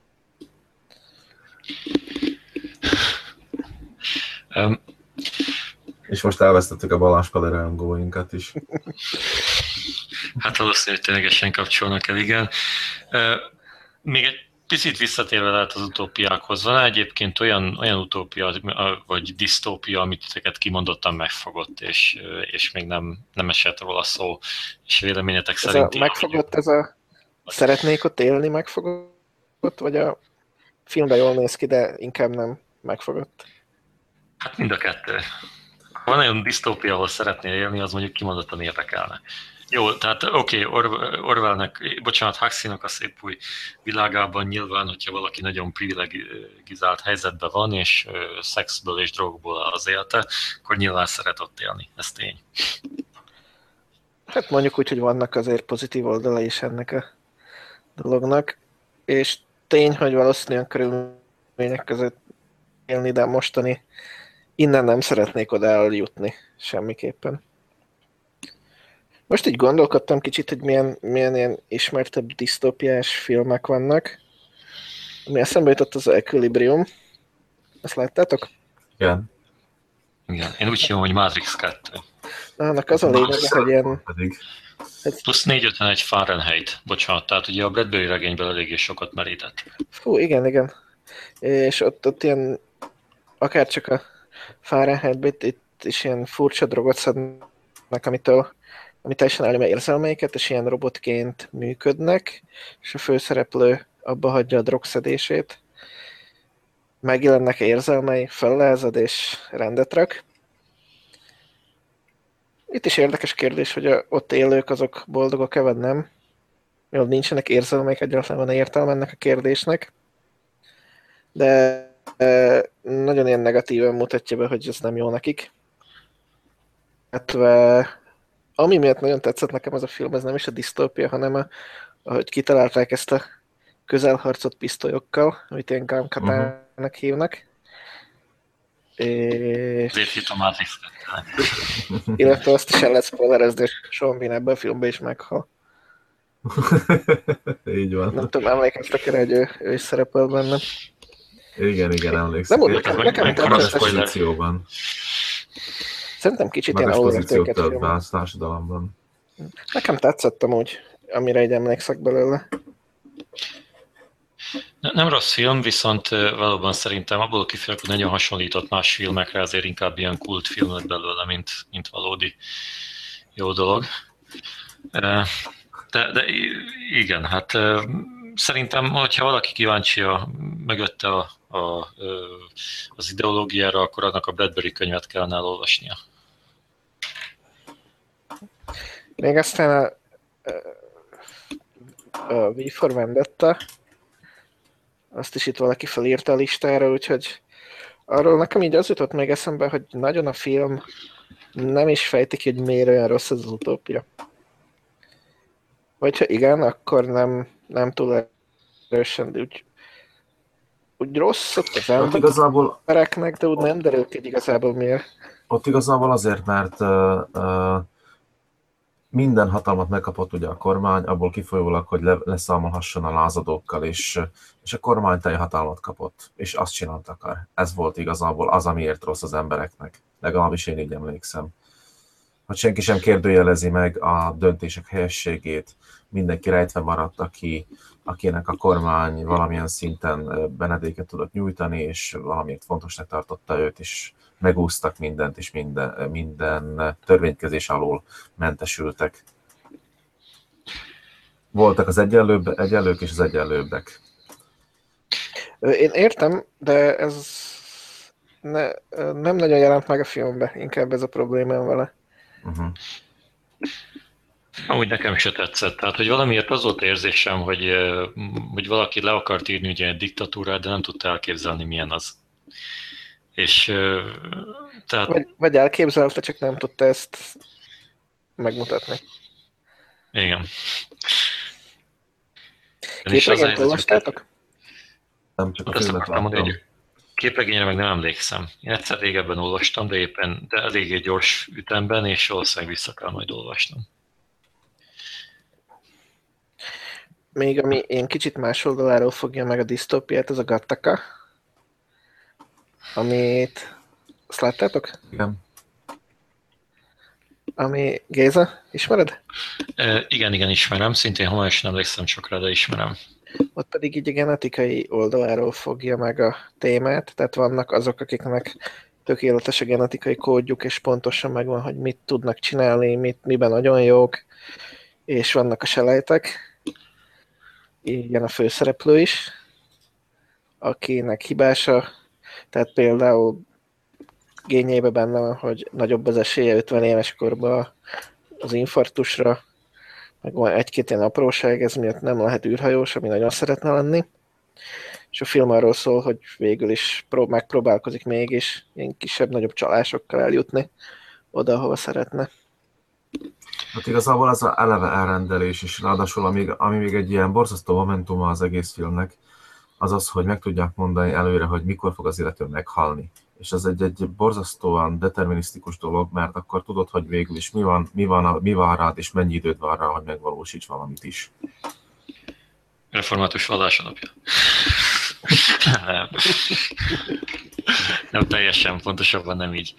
Um, és most elvesztettük a Balázs Pali rajongóinkat is. Hát valószínűleg ténylegesen kapcsolnak el, igen. Uh, még egy picit visszatérve lehet az utópiákhoz. Van egyébként olyan, olyan utópia, vagy disztópia, amit titeket kimondottan megfogott, és, és még nem, nem esett róla szó, és véleményetek ez szerint... A megfogott, ez a szeretnék ott élni megfogott, vagy a filmben jól néz ki, de inkább nem megfogott? Hát mind a kettő. Ha van olyan disztópia, ahol szeretnél élni, az mondjuk kimondottan érdekelne. Jó, tehát oké, okay, Orwellnek, bocsánat, Huxleynak a szép új világában nyilván, hogyha valaki nagyon privilegizált helyzetben van, és uh, szexből és drogból az élte, akkor nyilván szeret ott élni. Ez tény. Hát mondjuk úgy, hogy vannak azért pozitív oldala is ennek a dolognak, és tény, hogy valószínűleg körülmények között élni, de mostani innen nem szeretnék oda eljutni semmiképpen. Most így gondolkodtam kicsit, hogy milyen, milyen ilyen ismertebb disztópiás filmek vannak. Ami eszembe jutott, az Equilibrium. Ezt láttátok? Igen. Igen. Én úgy hívom, hogy Matrix kettő. Annak az a lényeg, hogy ilyen... Ez... Plusz négyszázötvenegy Fahrenheit, bocsánat, tehát ugye a Bradbury regényből eléggé sokat merített. Fú, igen, igen. És ott, ott ilyen, akár csak a Fahrenheitben, itt, itt is ilyen furcsa drogot szednek, amitől ami teljesen elnyomja érzelmeiket, és ilyen robotként működnek, és a főszereplő abba hagyja a drogszedését. Megjelennek érzelmei, fellázad és rendet rak. Itt is érdekes kérdés, hogy a ott élők azok boldogok-e, vagy nem. Mivel nincsenek érzelmeik, egyáltalán van értelme ennek a kérdésnek. De e, nagyon ilyen negatíven mutatja be, hogy ez nem jó nekik. Illetve ami miatt nagyon tetszett nekem ez a film, ez nem is a disztópia, hanem a, ahogy kitalálták ezt a közelharcot pisztolyokkal, amit ilyen Gun Katának uh-huh. hívnak. És... Ezért hit a Matrix kettőnek. Illetve azt is el lehet spoilerezni, és Sean Bean ebben a filmben is meghal. Így van. Nem tudom, emlékeztek erre, hogy ő, ő is szerepel benne. Igen, igen, emlékszem. Nem, nekem, nekem tetszett. Szerintem kicsit Magas ilyen pozíciót alulértéket tölt be film. a társadalomban. Nekem tetszett amúgy, amire így emlékszek belőle. Nem rossz film, viszont valóban szerintem abból kifejezően, hogy nagyon hasonlított más filmekre, ezért inkább ilyen kultfilm lett belőle, mint, mint valódi jó dolog. De, de igen, hát szerintem, hogyha valaki kíváncsi a, mögötte a, a, az ideológiára, akkor annak a Bradbury könyvet kellene elolvasnia. Még aztán a, a V for Vendetta, azt is itt valaki felírta a listára, úgyhogy arról nekem így az jutott még eszembe, hogy nagyon a film nem is fejti ki, hogy miért olyan rossz ez az utópia. Vagy ha igen, akkor nem, nem túl erősen, de úgy, úgy rossz ott az Hát igazából, embereknek, de úgy nem derül ki igazából miért. ott igazából azért, mert uh, uh, minden hatalmat megkapott ugye a kormány, abból kifolyólag, hogy le, leszámolhasson a lázadókkal, és, és a kormány teljhatalmat kapott, és azt csinált akar. Ez volt igazából az, amiért rossz az embereknek. Legalábbis én így emlékszem. Hogy senki sem kérdőjelezi meg a döntések helyességét, mindenki rejtve maradt, aki, akinek a kormány valamilyen szinten benedéket tudott nyújtani, és valamiért fontosnak tartotta őt, és megúsztak mindent, és minden, minden törvénykezés alól mentesültek. Voltak az egyenlőbb, egyenlők és az egyenlőbbek. Én értem, de ez ne, nem nagyon jelent meg a filmben, inkább ez a problémám vele. Uh-huh. Amúgy nekem se tetszett. Tehát, hogy valamiért az volt érzésem, hogy, hogy valaki le akart írni ugye egy diktatúrát, de nem tudta elképzelni, milyen az. És tehát... Vagy, vagy elképzelte, csak nem tudta ezt megmutatni. Igen. Képregényt olvastátok? Nem, csak a Azt filmet akartam mondani, láttam. hogy képregényre meg nem emlékszem. Én egyszer régebben olvastam, de éppen de eléggé gyors ütemben, és valószínűleg vissza kell majd olvasnom. Még ami én kicsit más oldaláról fogja meg a disztópiát, ez a Gattaca, amit... Azt láttátok? Igen. Ami Géza, ismered? E, igen, igen, ismerem. Szintén homályosan emlékszem csak rá, de ismerem. Ott pedig így a genetikai oldaláról fogja meg a témát, tehát vannak azok, akiknek tökéletes a genetikai kódjuk, és pontosan megvan, hogy mit tudnak csinálni, mit, miben nagyon jók, és vannak a selejtek, ilyen a főszereplő is, akinek hibása, tehát például génjében benne van, hogy nagyobb az esélye ötven éves korban az infarktusra, meg van egy-két ilyen apróság, ez miatt nem lehet űrhajós, ami nagyon szeretne lenni. És a film arról szól, hogy végül is prób- megpróbálkozik mégis ilyen kisebb-nagyobb csalásokkal eljutni oda, ahova szeretne. Hát igazából ez az eleve elrendelés, és ráadásul ami, ami még egy ilyen borzasztó momentuma az egész filmnek, az az, hogy meg tudják mondani előre, hogy mikor fog az illető meghalni. És ez egy, egy borzasztóan determinisztikus dolog, mert akkor tudod, hogy végül is mi van, mi van, a, mi van rád, és mennyi időd van rá, hogy megvalósíts valamit is. Református vallás alapja. nem. nem teljesen, pontosabban nem így.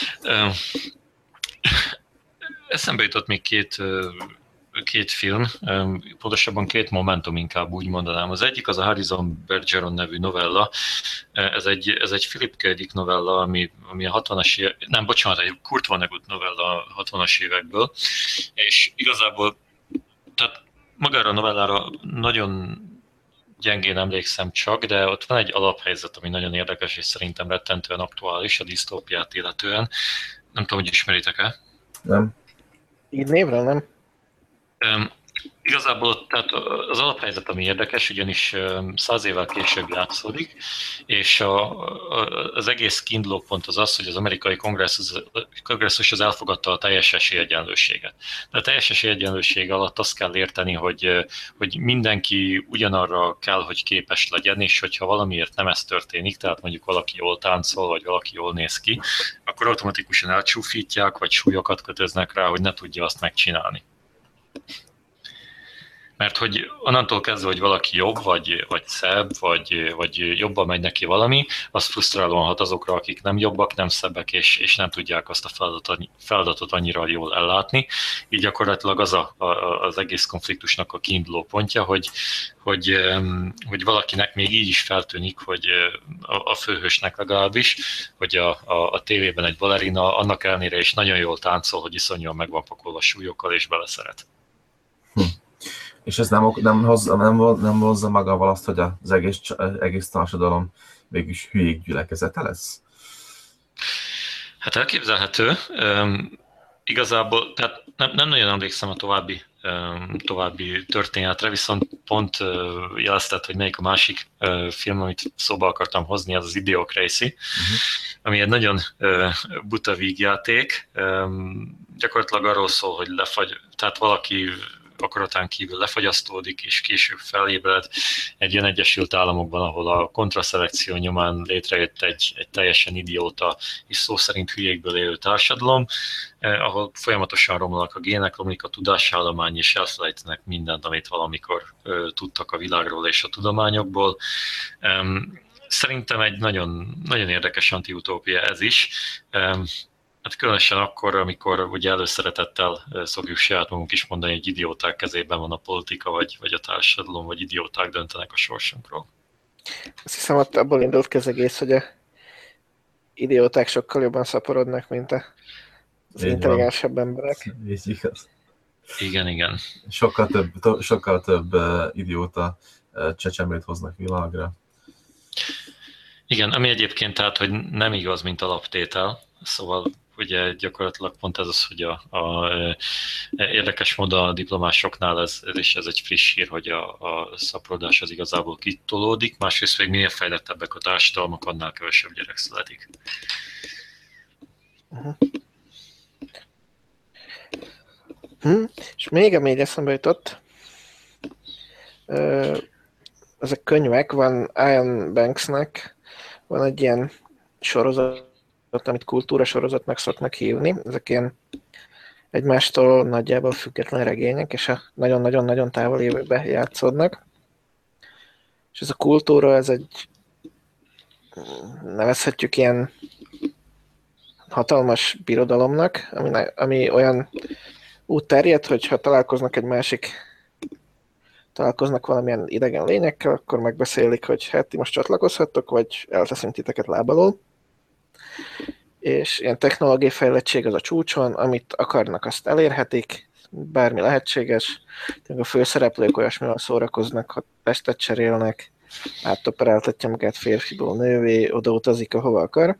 Eszembe jutott még két, két film, pontosabban két momentum inkább úgy mondanám. Az egyik az a Harrison Bergeron nevű novella. Ez egy, ez egy Philip K. Dick novella, ami, ami a hatvanas évek, nem, bocsánat, egy Kurt Vonnegut novella a hatvanas évekből, és igazából tehát magára a novellára nagyon gyengén emlékszem csak, de ott van egy alaphelyzet, ami nagyon érdekes, és szerintem rettentően aktuális a disztópiát illetően. Nem tudom, hogy ismeritek-e? Nem. Így névre nem? Um, igazából tehát az alaphelyzet, ami érdekes, ugyanis száz évvel később játszódik, és a, a, az egész kiinduló pont az az, hogy az amerikai kongresszus, kongresszus az elfogadta a teljes esélyegyenlőséget. De a teljes esélyegyenlőség alatt azt kell érteni, hogy, hogy mindenki ugyanarra kell, hogy képes legyen, és hogyha valamiért nem ez történik, tehát mondjuk valaki jól táncol, vagy valaki jól néz ki, akkor automatikusan elcsúfítják, vagy súlyokat kötöznek rá, hogy ne tudja azt megcsinálni. Mert hogy onnantól kezdve, hogy valaki jobb, vagy, vagy szebb, vagy, vagy jobban megy neki valami, az frusztrálóan hat azokra, akik nem jobbak, nem szebbek, és, és nem tudják azt a feladatot, feladatot annyira jól ellátni. Így gyakorlatilag az a, a, az egész konfliktusnak a kiinduló pontja, hogy, hogy, hogy valakinek még így is feltűnik, hogy a, a főhősnek legalábbis, hogy a, a, a tévében egy balerina annak ellenére is nagyon jól táncol, hogy iszonyúan meg van pakolva súlyokkal, és beleszeret. Hm. És ez nem, nem, hozza, nem, nem hozza magával azt, hogy az egész, egész társadalom mégis hülyék gyülekezete lesz? Hát elképzelhető. Um, igazából, tehát nem, nem nagyon emlékszem a további, um, további történetre, viszont pont uh, jelezted, hogy melyik a másik uh, film, amit szóba akartam hozni, az az Idiocracy, uh-huh. ami egy nagyon uh, buta vígjáték. Um, gyakorlatilag arról szól, hogy lefagy, tehát valaki akaratán kívül lefagyasztódik, és később felébred egy olyan Egyesült Államokban, ahol a kontraszelekció nyomán létrejött egy, egy teljesen idióta és szó szerint hülyékből élő társadalom, eh, ahol folyamatosan romlanak a gének, romlik a tudásállomány, és elfelejtenek mindent, amit valamikor eh, tudtak a világról és a tudományokból. Um, szerintem egy nagyon, nagyon érdekes antiutópia ez is. Um, Hát különösen akkor, amikor ugye előszeretettel szokjuk saját magunk is mondani, hogy idióták kezében van a politika, vagy, vagy a társadalom, vagy idióták döntenek a sorsunkról. Azt hiszem, hogy abból indult ki az egész, hogy a idióták sokkal jobban szaporodnak, mint az így intelligensebb van. Emberek. Így igaz. Igen, igen. Sokkal több, to, sokkal több uh, idióta uh, csecsemőt hoznak világra. Igen, ami egyébként tehát, hogy nem igaz, mint alaptétel, szóval ugye gyakorlatilag pont ez az, hogy a, a, a érdekes módon a diplomásoknál ez, ez is ez egy friss hír, hogy a, a szaporodás az igazából kitolódik, másrészt még minél fejlettebbek a társadalmak, annál kevesebb gyerek születik. Uh-huh. Hmm. És még ami így eszembe jutott, ezek könyvek, van Ian Banksnek, van egy ilyen sorozat, amit kultúra sorozatnak szoknak hívni. Ezek ilyen egymástól nagyjából független regények, és a nagyon-nagyon-nagyon távoli jövőbe játszódnak. És ez a kultúra, ez egy, nevezhetjük ilyen hatalmas birodalomnak, ami, ami olyan úgy terjed, hogy ha találkoznak egy másik, találkoznak valamilyen idegen lényekkel, akkor megbeszélik, hogy hát ti most csatlakozhattok, vagy elteszünk titeket lábalól. És ilyen technológiai fejlettség az a csúcson, amit akarnak, azt elérhetik, bármi lehetséges. A főszereplők olyasmivel szórakoznak, ha testet cserélnek, átoperáltatja magát férfiból nővé, odautazik, ahova akar.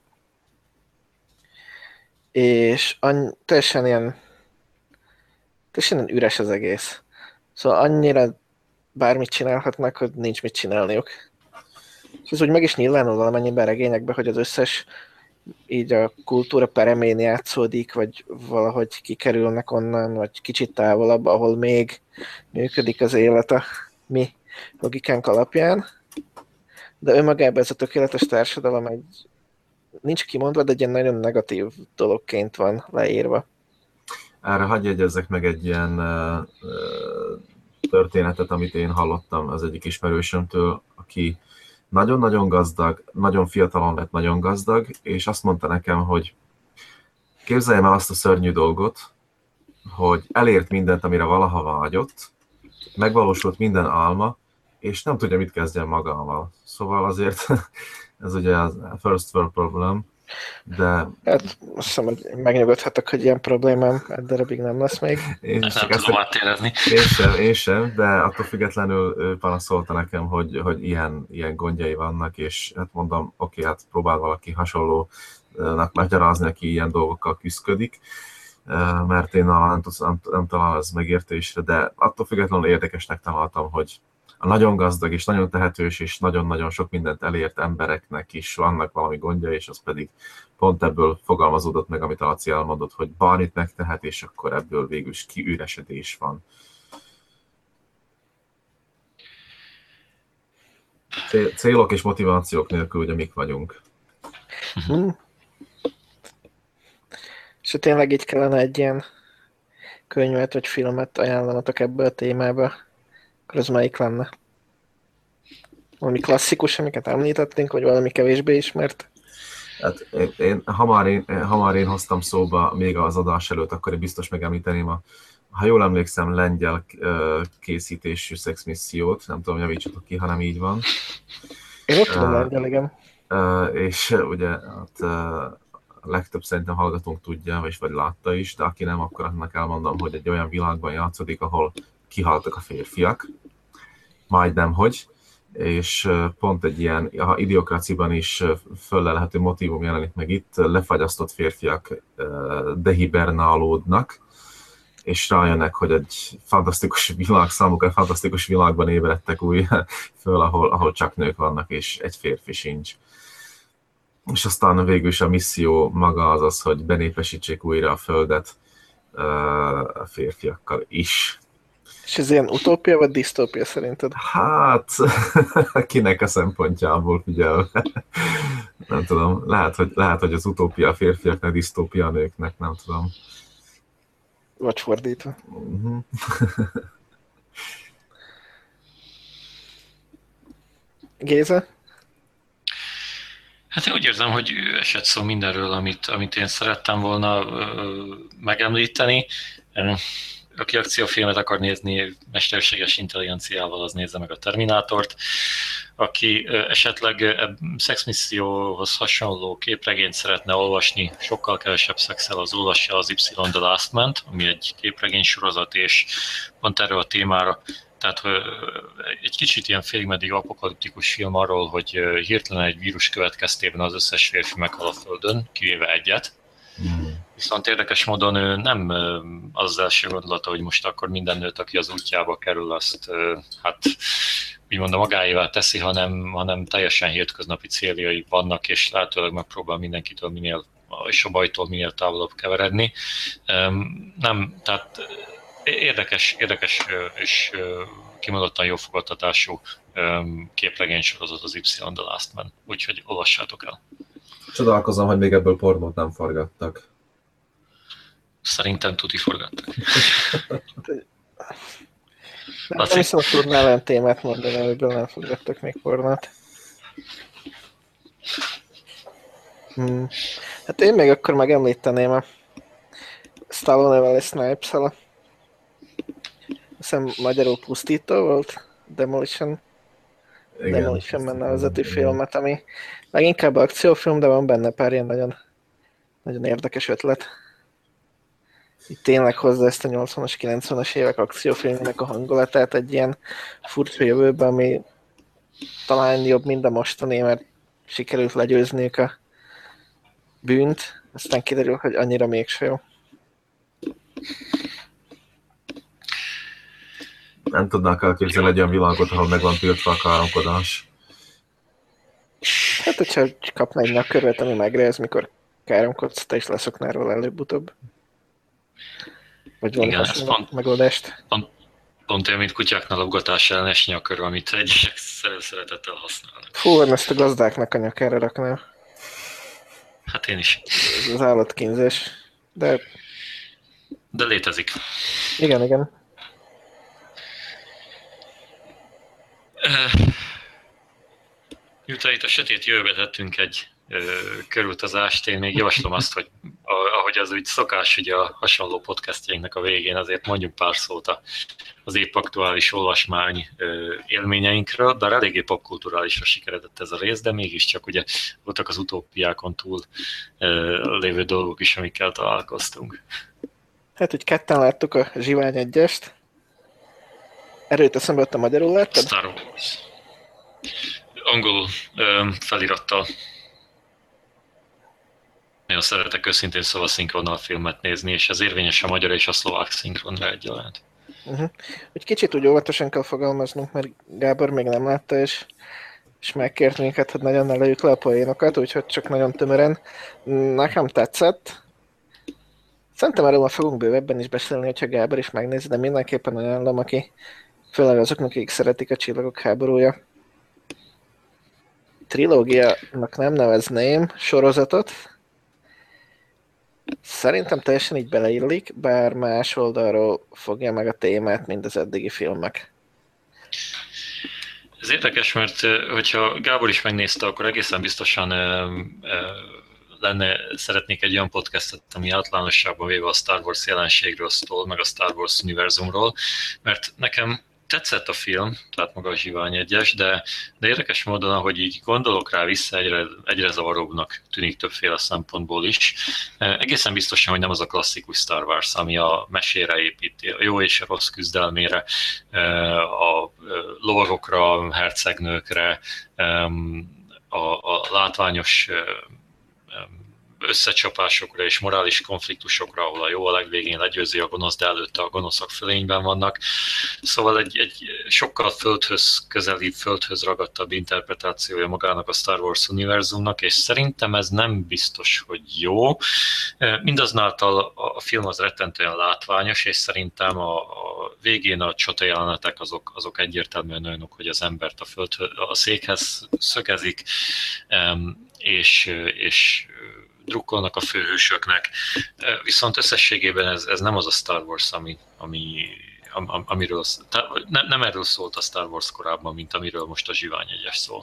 És annyi, teljesen ilyen teljesen ilyen üres az egész. Szóval annyira bármit csinálhatnak, hogy nincs mit csinálniuk. És ez úgy meg is nyilvánul valamennyiben regényekben, hogy az összes így a kultúra peremén játszódik, vagy valahogy kikerülnek onnan, vagy kicsit távolabb, ahol még működik az élet a mi logikánk alapján. De önmagában ez a tökéletes társadalom egy, nincs kimondva, de egy ilyen nagyon negatív dologként van leírva. Erre hagyj jegyezzek meg egy ilyen uh, történetet, amit én hallottam az egyik ismerősömtől, aki nagyon-nagyon gazdag, nagyon fiatalon lett nagyon gazdag, és azt mondta nekem, hogy képzeljem el azt a szörnyű dolgot, hogy elért mindent, amire valaha vágyott, megvalósult minden álma, és nem tudja, mit kezdjen magával. Szóval azért ez ugye a first world problem, de... Hát azt hiszem, hogy megnyugodhatok, hogy ilyen problémám egy darabig nem lesz még. Én nem tudom ezt átérezni. Én sem, én sem, de attól függetlenül ő panaszolta nekem, hogy, hogy ilyen, ilyen gondjai vannak, és hát mondom, oké, hát próbál valaki hasonlónak magyarázni, aki ilyen dolgokkal küszködik, mert én nem, nem, nem találom ez megértésre, de attól függetlenül érdekesnek találtam, hogy a nagyon gazdag és nagyon tehetős és nagyon-nagyon sok mindent elért embereknek is vannak valami gondja, és az pedig pont ebből fogalmazódott meg, amit Laci elmondott, hogy bármit megtehet, és akkor ebből végül is kiüresedés van. Célok és motivációk nélkül ugye mik vagyunk. Hmm. És ha tényleg így kellene egy ilyen könyvet vagy filmet ajánlanatok ebből a témába, akkor ez melyik lenne? Valami klasszikus, amiket említettünk, vagy valami kevésbé ismert? Hát én, én, ha, már én, ha már én hoztam szóba még az adás előtt, akkor én biztos megemlíteném a, ha jól emlékszem, lengyel készítésű szexmissziót, nem tudom, javítsatok ki, hanem így van. Én ott tudom uh, lengyel, igen. Uh, és ugye hát, uh, a legtöbb szerintem hallgatónk tudja, vagy, vagy látta is, de aki nem, akkor annak elmondom, hogy egy olyan világban játszódik, ahol kihaltak a férfiak, majdnem hogy, és pont egy ilyen, ha Idiokraciban is föllelhető motívum jelenik meg itt, lefagyasztott férfiak dehibernálódnak, és rájönnek, hogy egy fantasztikus világ, számukra fantasztikus világban ébredtek új föl, ahol, ahol csak nők vannak, és egy férfi sincs. És aztán végül is a misszió maga az az, hogy benépesítsék újra a Földet a férfiakkal is. És ez ilyen utópia vagy disztópia szerinted? Hát, kinek a szempontjából figyel. Nem tudom, lehet hogy, lehet, hogy az utópia a férfiaknak, disztópia a nőknek, nem tudom. Vagy fordítva. Uh-huh. Géza? Hát én úgy érzem, hogy esett szó mindenről, amit, amit én szerettem volna ö, megemlíteni. Aki akciófilmet akar nézni mesterséges intelligenciával, az nézze meg a Terminátort. Aki esetleg szexmisszióhoz hasonló képregényt szeretne olvasni, sokkal kevesebb szexel, az olvassa az Y The Last Man-t, ami egy képregény sorozat, és pont erről a témára, tehát egy kicsit ilyen félig meddig apokaliptikus film arról, hogy hirtelen egy vírus következtében az összes férfi meghal a Földön, kivéve egyet. Viszont érdekes módon ő nem az, az első gondolata, hogy most akkor minden nőt, aki az útjába kerül, azt hát úgymond a magáévá teszi, hanem, hanem teljesen hétköznapi céljai vannak, és lehetőleg megpróbál mindenkitől minél, és a bajtól minél távolabb keveredni. Nem, tehát érdekes, érdekes és kimondottan jó fogadtatású képregény sorozat az Y The Last Man, úgyhogy olvassátok el. Csodálkozom, hogy még ebből pornót nem forgattak. Szerintem tuti forgattak. Nem hiszem, hogy tudnál olyan témát mondani, amiből nem forgattak még pornót. Hmm. Hát én még akkor megemlíteném a Stallone-vel és Snipes-el. Azt hiszem magyarul Pusztító volt, Demolition. Igen, Demolition menne vezető filmet, ami leginkább akciófilm, de van benne pár ilyen nagyon, nagyon érdekes ötlet. Itt tényleg hozzá ezt a nyolcvanas, kilencvenes évek akciófilmnek a hangulatát egy ilyen furcsa jövőben, ami talán jobb, mint a mostani, mert sikerült legyőzniük a bűnt, aztán kiderül, hogy annyira mégse jó. Nem tudnák elképzelni egy olyan világot, ahol meg van tiltva a káromkodás. Hát, hogyha kapna egy nyakkörvet, ami megrejez, mikor káromkodsz, te is leszoknál róla előbb-utóbb. Vagy valami hasonló megoldást. Pont, pont olyan, mint kutyáknál a ugatás ellenes nyakkör, amit egyesek szeretettel használnak. Fú, ezt a gazdáknak a nyakára raknám. Hát én is. Ez az állatkínzés. De... De létezik. Igen, igen. Miután itt a sötét jövőbe tettünk egy ö, körutazást, én még javaslom azt, hogy ahogy az úgy szokás ugye a hasonló podcastjainknak a végén, azért mondjuk pár szót az épp aktuális olvasmány ö, élményeinkről, bár eléggé popkulturálisra sikeredett ez a rész, de mégiscsak ugye voltak az utópiákon túl ö, lévő dolgok is, amikkel találkoztunk. Hát, hogy ketten láttuk a Zsivány egyest. Erőt eszembe ott a magyarul láttad? Star Wars. Angol ö, felirattal. Nagyon szeretek őszintén szóval szinkronnal filmet nézni, és ez érvényes a magyar és a szlovák szinkronra egyaránt. Uh-huh. Egy kicsit úgy óvatosan kell fogalmaznunk, mert Gábor még nem látta, és, és megkért minket, hogy nagyon ne lőjük le a poénokat, úgyhogy csak nagyon tömören. Nekem tetszett. Szerintem erről már fogunk bővebben is beszélni, hogyha Gábor is megnézi, de mindenképpen ajánlom, aki főleg azoknak, akik szeretik a Csillagok háborúja. Trilógiának nem nevezném sorozatot. Szerintem teljesen így beleillik, bár más oldalról fogja meg a témát, mint az eddigi filmek. Ez érdekes, mert hogyha Gábor is megnézte, akkor egészen biztosan lenne, szeretnék egy olyan podcastet, ami általánosságban véve a Star Wars jelenségről szól, meg a Star Wars univerzumról, mert nekem tetszett a film, tehát maga a Zsivány egyes, de, de érdekes módon, ahogy így gondolok rá vissza, egyre, egyre zavaróbbnak tűnik többféle szempontból is. Egészen biztosan, hogy nem az a klasszikus Star Wars, ami a mesére építi, a jó és a rossz küzdelmére, a lovagokra, a hercegnőkre, a, a látványos összecsapásokra és morális konfliktusokra, ahol a jó a legvégén legyőzi a gonosz, de előtte a gonoszak fölényben vannak. Szóval egy, egy sokkal földhöz közelibb, földhöz ragadtabb interpretációja magának a Star Wars univerzumnak, és szerintem ez nem biztos, hogy jó. Mindazonáltal a film az rettentően látványos, és szerintem a, a végén a csatajelenetek azok, azok egyértelműen olyanok, hogy az embert a, földhöz, a székhez szögezik, és, és drukkolnak a főhősöknek. Viszont összességében ez, ez nem az a Star Wars, ami, ami, am, amiről, nem, nem erről szólt a Star Wars korábban, mint amiről most a Zsivány egyes szól.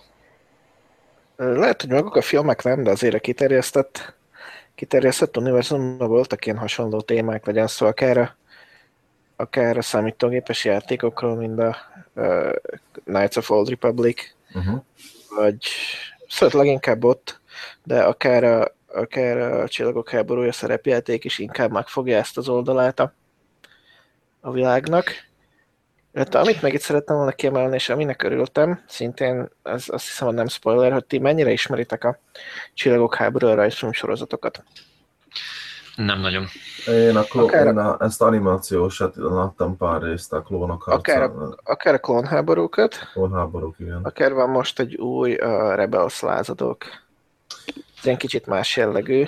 Lehet, hogy maguk a filmek nem, de azért a kiterjesztett, kiterjesztett univerzumban voltak ilyen hasonló témák, legyen szó akár a, akár a számítógépes játékokról, mint a uh, Knights of Old Republic, uh-huh. vagy szóval leginkább ott, de akár a akár a Csillagok háborúja szerepjáték is inkább megfogja ezt az oldalát a, a világnak. Hát, amit meg itt szerettem volna kiemelni, és aminek örültem, szintén ez, azt hiszem, hogy nem spoiler, hogy ti mennyire ismeritek a Csillagok háborúja rajzfilm sorozatokat? Nem nagyon. Én, a kló, akár, én a, ezt animációsat láttam pár részt, a klónok harca. Akár a, akár a klónháborúkat. Klónháborúk, igen. Akár van most egy új a Rebels lázadók. Ez ilyen kicsit más jellegű.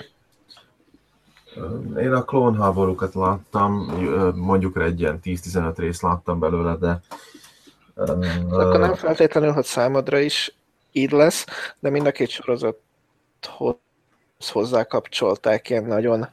Én a klónháborúkat láttam, mondjuk egy ilyen tíz-tizenöt részt láttam belőle, de... Akkor nem feltétlenül, hogy számodra is így lesz, de mind a két sorozathoz hozzákapcsolták ilyen nagyon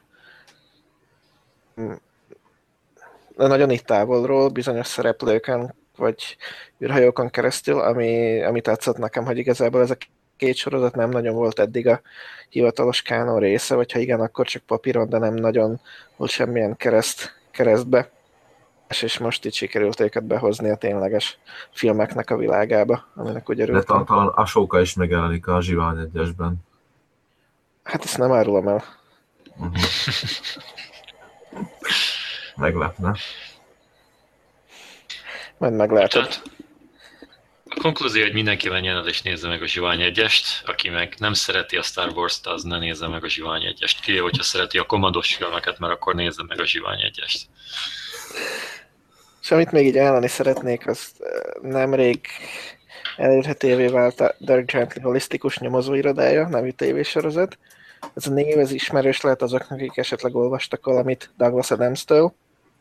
de nagyon itt távolról, bizonyos szereplőken, vagy űrhajókon keresztül, ami, ami tetszett nekem, hogy igazából ez a két sorozat nem nagyon volt eddig a hivatalos kánon része, vagy ha igen, akkor csak papíron, de nem nagyon volt semmilyen kereszt, keresztbe. És most itt sikerült őket behozni a tényleges filmeknek a világába, aminek úgy örültem. De talán Ahsoka is megjelenik a Zsivány egyesben. Hát ezt nem árulom el. Uh-huh. Meglepne. Majd meglátod. A konklúzió, hogy mindenki menjen el és nézze meg a Zsivány egyest, aki meg nem szereti a Star Wars-t, az ne nézze meg a Zsivány egyest. Kivéve, hogyha szereti a kommandos filmeket, mert akkor nézze meg a Zsivány egyest. És amit még így ajánlani szeretnék, az nemrég elérhetővé vált a Dirk Gently holisztikus nyomozóirodája, nevű tévésorozat. Ez a név, ez ismerős lehet azoknak, akik esetleg olvastak valamit Douglas Adams-től.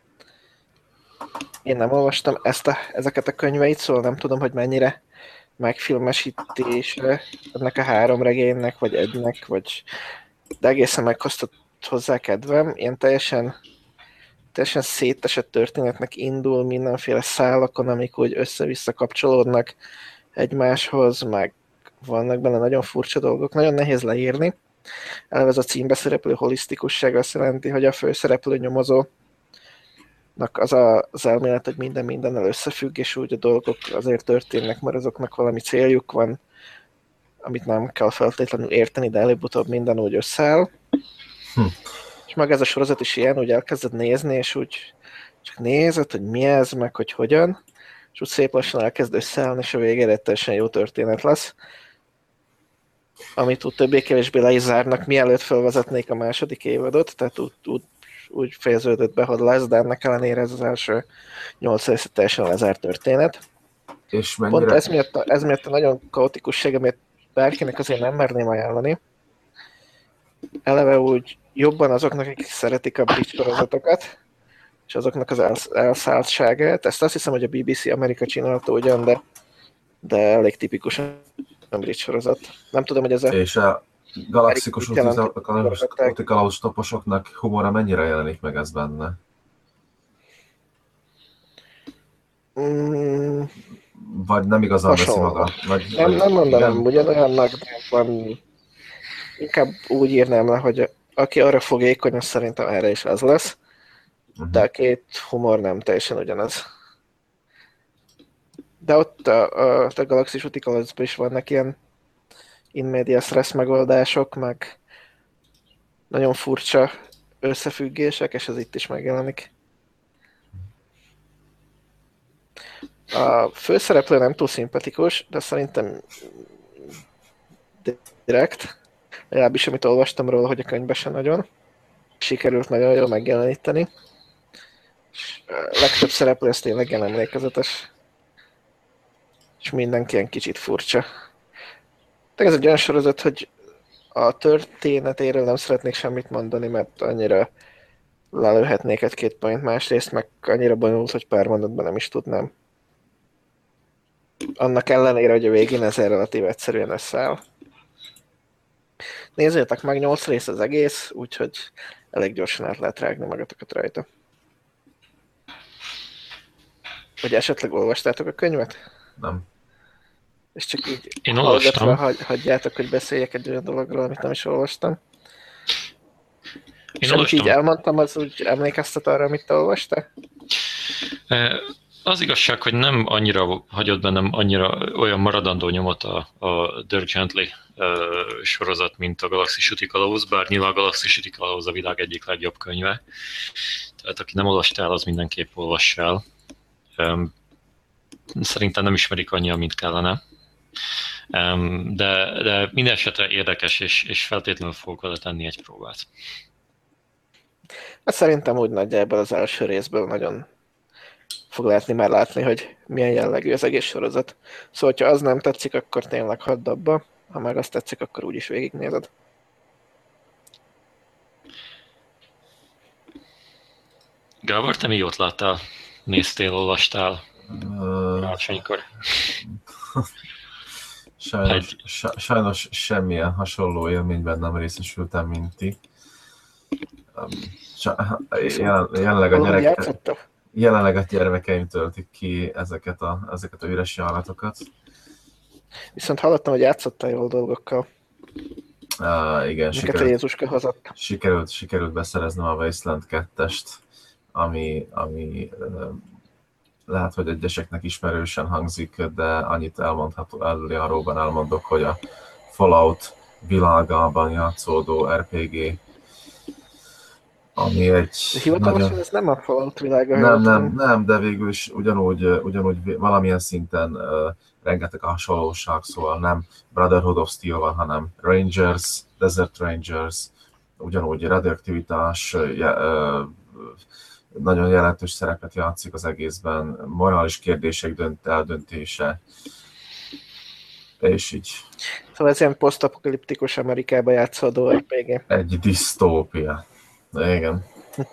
Én nem olvastam ezt a, ezeket a könyveit, szóval nem tudom, hogy mennyire megfilmesítése ennek a három regénynek, vagy egynek, vagy de egészen meghoztott hozzá kedvem. Ilyen teljesen, teljesen szétesett történetnek indul mindenféle szálakon, amik úgy össze-vissza kapcsolódnak egymáshoz, meg vannak benne nagyon furcsa dolgok, nagyon nehéz leírni. Eleve ez a címbe szereplő holisztikusság azt jelenti, hogy a főszereplő nyomozó az a, az elmélet, hogy minden mindennel összefügg, és úgy a dolgok azért történnek, mert azoknak valami céljuk van, amit nem kell feltétlenül érteni, de előbb-utóbb minden úgy összeáll. Hm. És meg ez a sorozat is ilyen, úgy elkezded nézni, és úgy csak nézed, hogy mi ez, meg hogy hogyan, és úgy szép lassan elkezd összeállni, és a végére teljesen jó történet lesz, amit úgy többé-kevésbé le is zárnak, mielőtt felvezetnék a második évadot, tehát úgy, úgy úgy fejeződött be, hogy lesz, de ennek ellenére ez az első nyolc rész teljesen lezárt történet. És mennyire... Pont ez miatt, a, ez miatt a nagyon kaotikusság, amit bárkinek azért nem merném ajánlani. Eleve úgy jobban azoknak, akik szeretik a brit sorozatokat, és azoknak az elsz, elszálltságát. Ezt azt hiszem, hogy a bé bé cé Amerika csinálta ugyan, de, de elég tipikusan a brit sorozat. Nem tudom, hogy ez a... És a galaxikus utikalauz toposoknak humora mennyire jelenik meg ez benne? Mm, vagy nem igazán veszi Hasonló. magát. Vagy, Nem, vagy, nem mondanám igen. ugyanolyannak, de van, inkább úgy írnám le, hogy aki arra fogékony, az szerintem erre is az lesz, de a két humor nem teljesen ugyanaz. De ott a, a, a Galaxis Uticalosban is vannak ilyen in medias res megoldások, meg nagyon furcsa összefüggések, és ez itt is megjelenik. A főszereplő nem túl szimpatikus, de szerintem direkt, legalábbis amit olvastam róla, hogy a könyvben sem nagyon. Sikerült nagyon jól megjeleníteni. És a legtöbb szereplő ez tényleg ilyen emlékezetes. És mindenki ilyen kicsit furcsa. De ez egy olyan sorozat, hogy a történetéről nem szeretnék semmit mondani, mert annyira lelőhetnék egy-két point, másrészt meg annyira bonyolult, hogy pár mondatban nem is tudnám. Annak ellenére, hogy a végén ez relatív egyszerűen összeáll. Nézzétek meg, nyolc rész az egész, úgyhogy elég gyorsan át lehet rágni magatokat rajta. Vagy esetleg olvastátok a könyvet? Nem. És csak így Én olvastam. hagy, hagyjátok, hogy beszéljek egy olyan dologról, amit nem is olvastam. Én És olvastam. így elmondtam, az úgy emlékeztet arra, amit te olvastál? Az igazság, hogy nem annyira hagyott bennem annyira olyan maradandó nyomot a, a Dirk Gently uh, sorozat, mint a Galaxis Uticalous, bár nyilván a Galaxis Uticalous a világ egyik legjobb könyve. Tehát aki nem olvasta el, az mindenképp olvassa el. Um, szerintem nem ismerik annyian, mint kellene. Um, de, de minden esetre érdekes, és, és feltétlenül fogok vele tenni egy próbát. Hát szerintem úgy nagyjából az első részből nagyon fog lehetni már látni, hogy milyen jellegű az egész sorozat. Szóval, ha az nem tetszik, akkor tényleg hadd abba, ha meg azt tetszik, akkor úgyis végignézed. Gábor, te mi ott láttál? Néztél, olvastál? Karácsonykor? Sajnos, sajnos semmilyen hasonló élményben nem részesültem, mint ti. Jelen, jelenleg, a gyerek, jelenleg a gyermekeim töltik ki ezeket a, ezeket a üres járatokat. Viszont hallottam, hogy játszottál jól dolgokkal. Uh, igen, sikerült, Jézuska hozott. Sikerült, sikerült beszereznem a Wasteland kettest, ami, ami uh, lehet, hogy egyeseknek ismerősen hangzik, de annyit elmondható, eljáróban elmondok, hogy a Fallout világában játszódó er pé gé, ami egy... Hivatalosan nagyon... ez nem a Fallout világa. Nem, nem, nem, de végül is ugyanúgy, ugyanúgy valamilyen szinten uh, rengeteg a hasonlóság, szóval nem Brotherhood of Steel van, hanem Rangers, Desert Rangers, ugyanúgy radioaktivitás, uh, nagyon jelentős szerepet játszik az egészben, morális kérdések dönt, eldöntése, és így. Szóval ez ilyen posztapokaliptikus Amerikában játszódó er pé gé. Egy disztópia. De igen.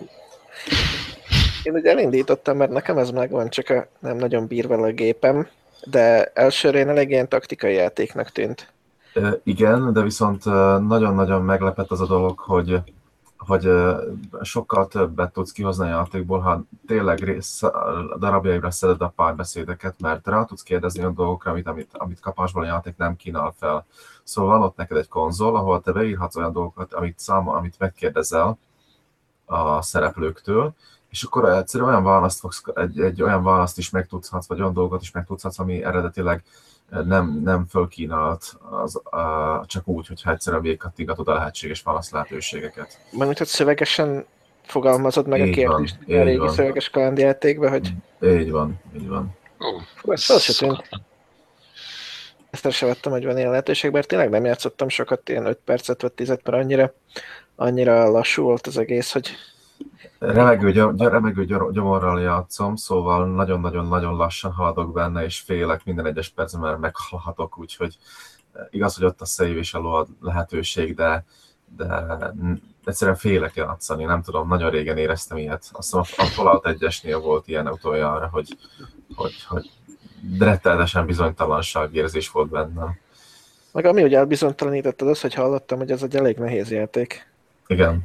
Én ugye elindítottam, mert nekem ez megvan, csak a, nem nagyon bír vele a gépem, de elsőre én elég ilyen taktikai játéknak tűnt. E, igen, de viszont nagyon-nagyon meglepett az a dolog, hogy hogy sokkal többet tudsz kihozni a játékból, ha tényleg rész, darabjaira szeded a párbeszédeket, mert rá tudsz kérdezni olyan dolgokra, amit, amit, amit kapásból a játék nem kínál fel. Szóval van ott neked egy konzol, ahol te beírhatsz olyan dolgokat, amit, száma, amit megkérdezel a szereplőktől, és akkor egyszerűen olyan választ fogsz, egy, egy olyan választ is megtudhatsz, vagy olyan dolgot is megtudhatsz, ami eredetileg nem, nem fölkínált az, a, csak úgy, hogyha egyszerűen végigkattingatod a lehetséges válasz lehetőségeket. Mármint, hogy szövegesen fogalmazod meg így a kérdést van, a régi van. Szöveges kalandjátékban, hogy... Így van, így van. Fú, ezt az se tűnt. Ezt sem vettem, hogy van ilyen lehetőség, mert tényleg nem játszottam sokat, ilyen öt percet vagy tízet, mert annyira, annyira lassú volt az egész, hogy... Remegő, gyom, remegő gyomorral játszom, szóval nagyon-nagyon-nagyon lassan haladok benne, és félek minden egyes percben, mert meghalhatok, úgyhogy igaz, hogy ott a save és a lehetőség, de, de egyszerűen félek játszani, nem tudom, nagyon régen éreztem ilyet. Azt hiszem a Fallout egyesnél volt ilyen utoljára, hogy, hogy, hogy rettenetesen bizonytalanság érzés volt bennem. Meg ami ugye elbizonytalanítottad az, hogy hallottam, hogy ez egy elég nehéz játék. Igen.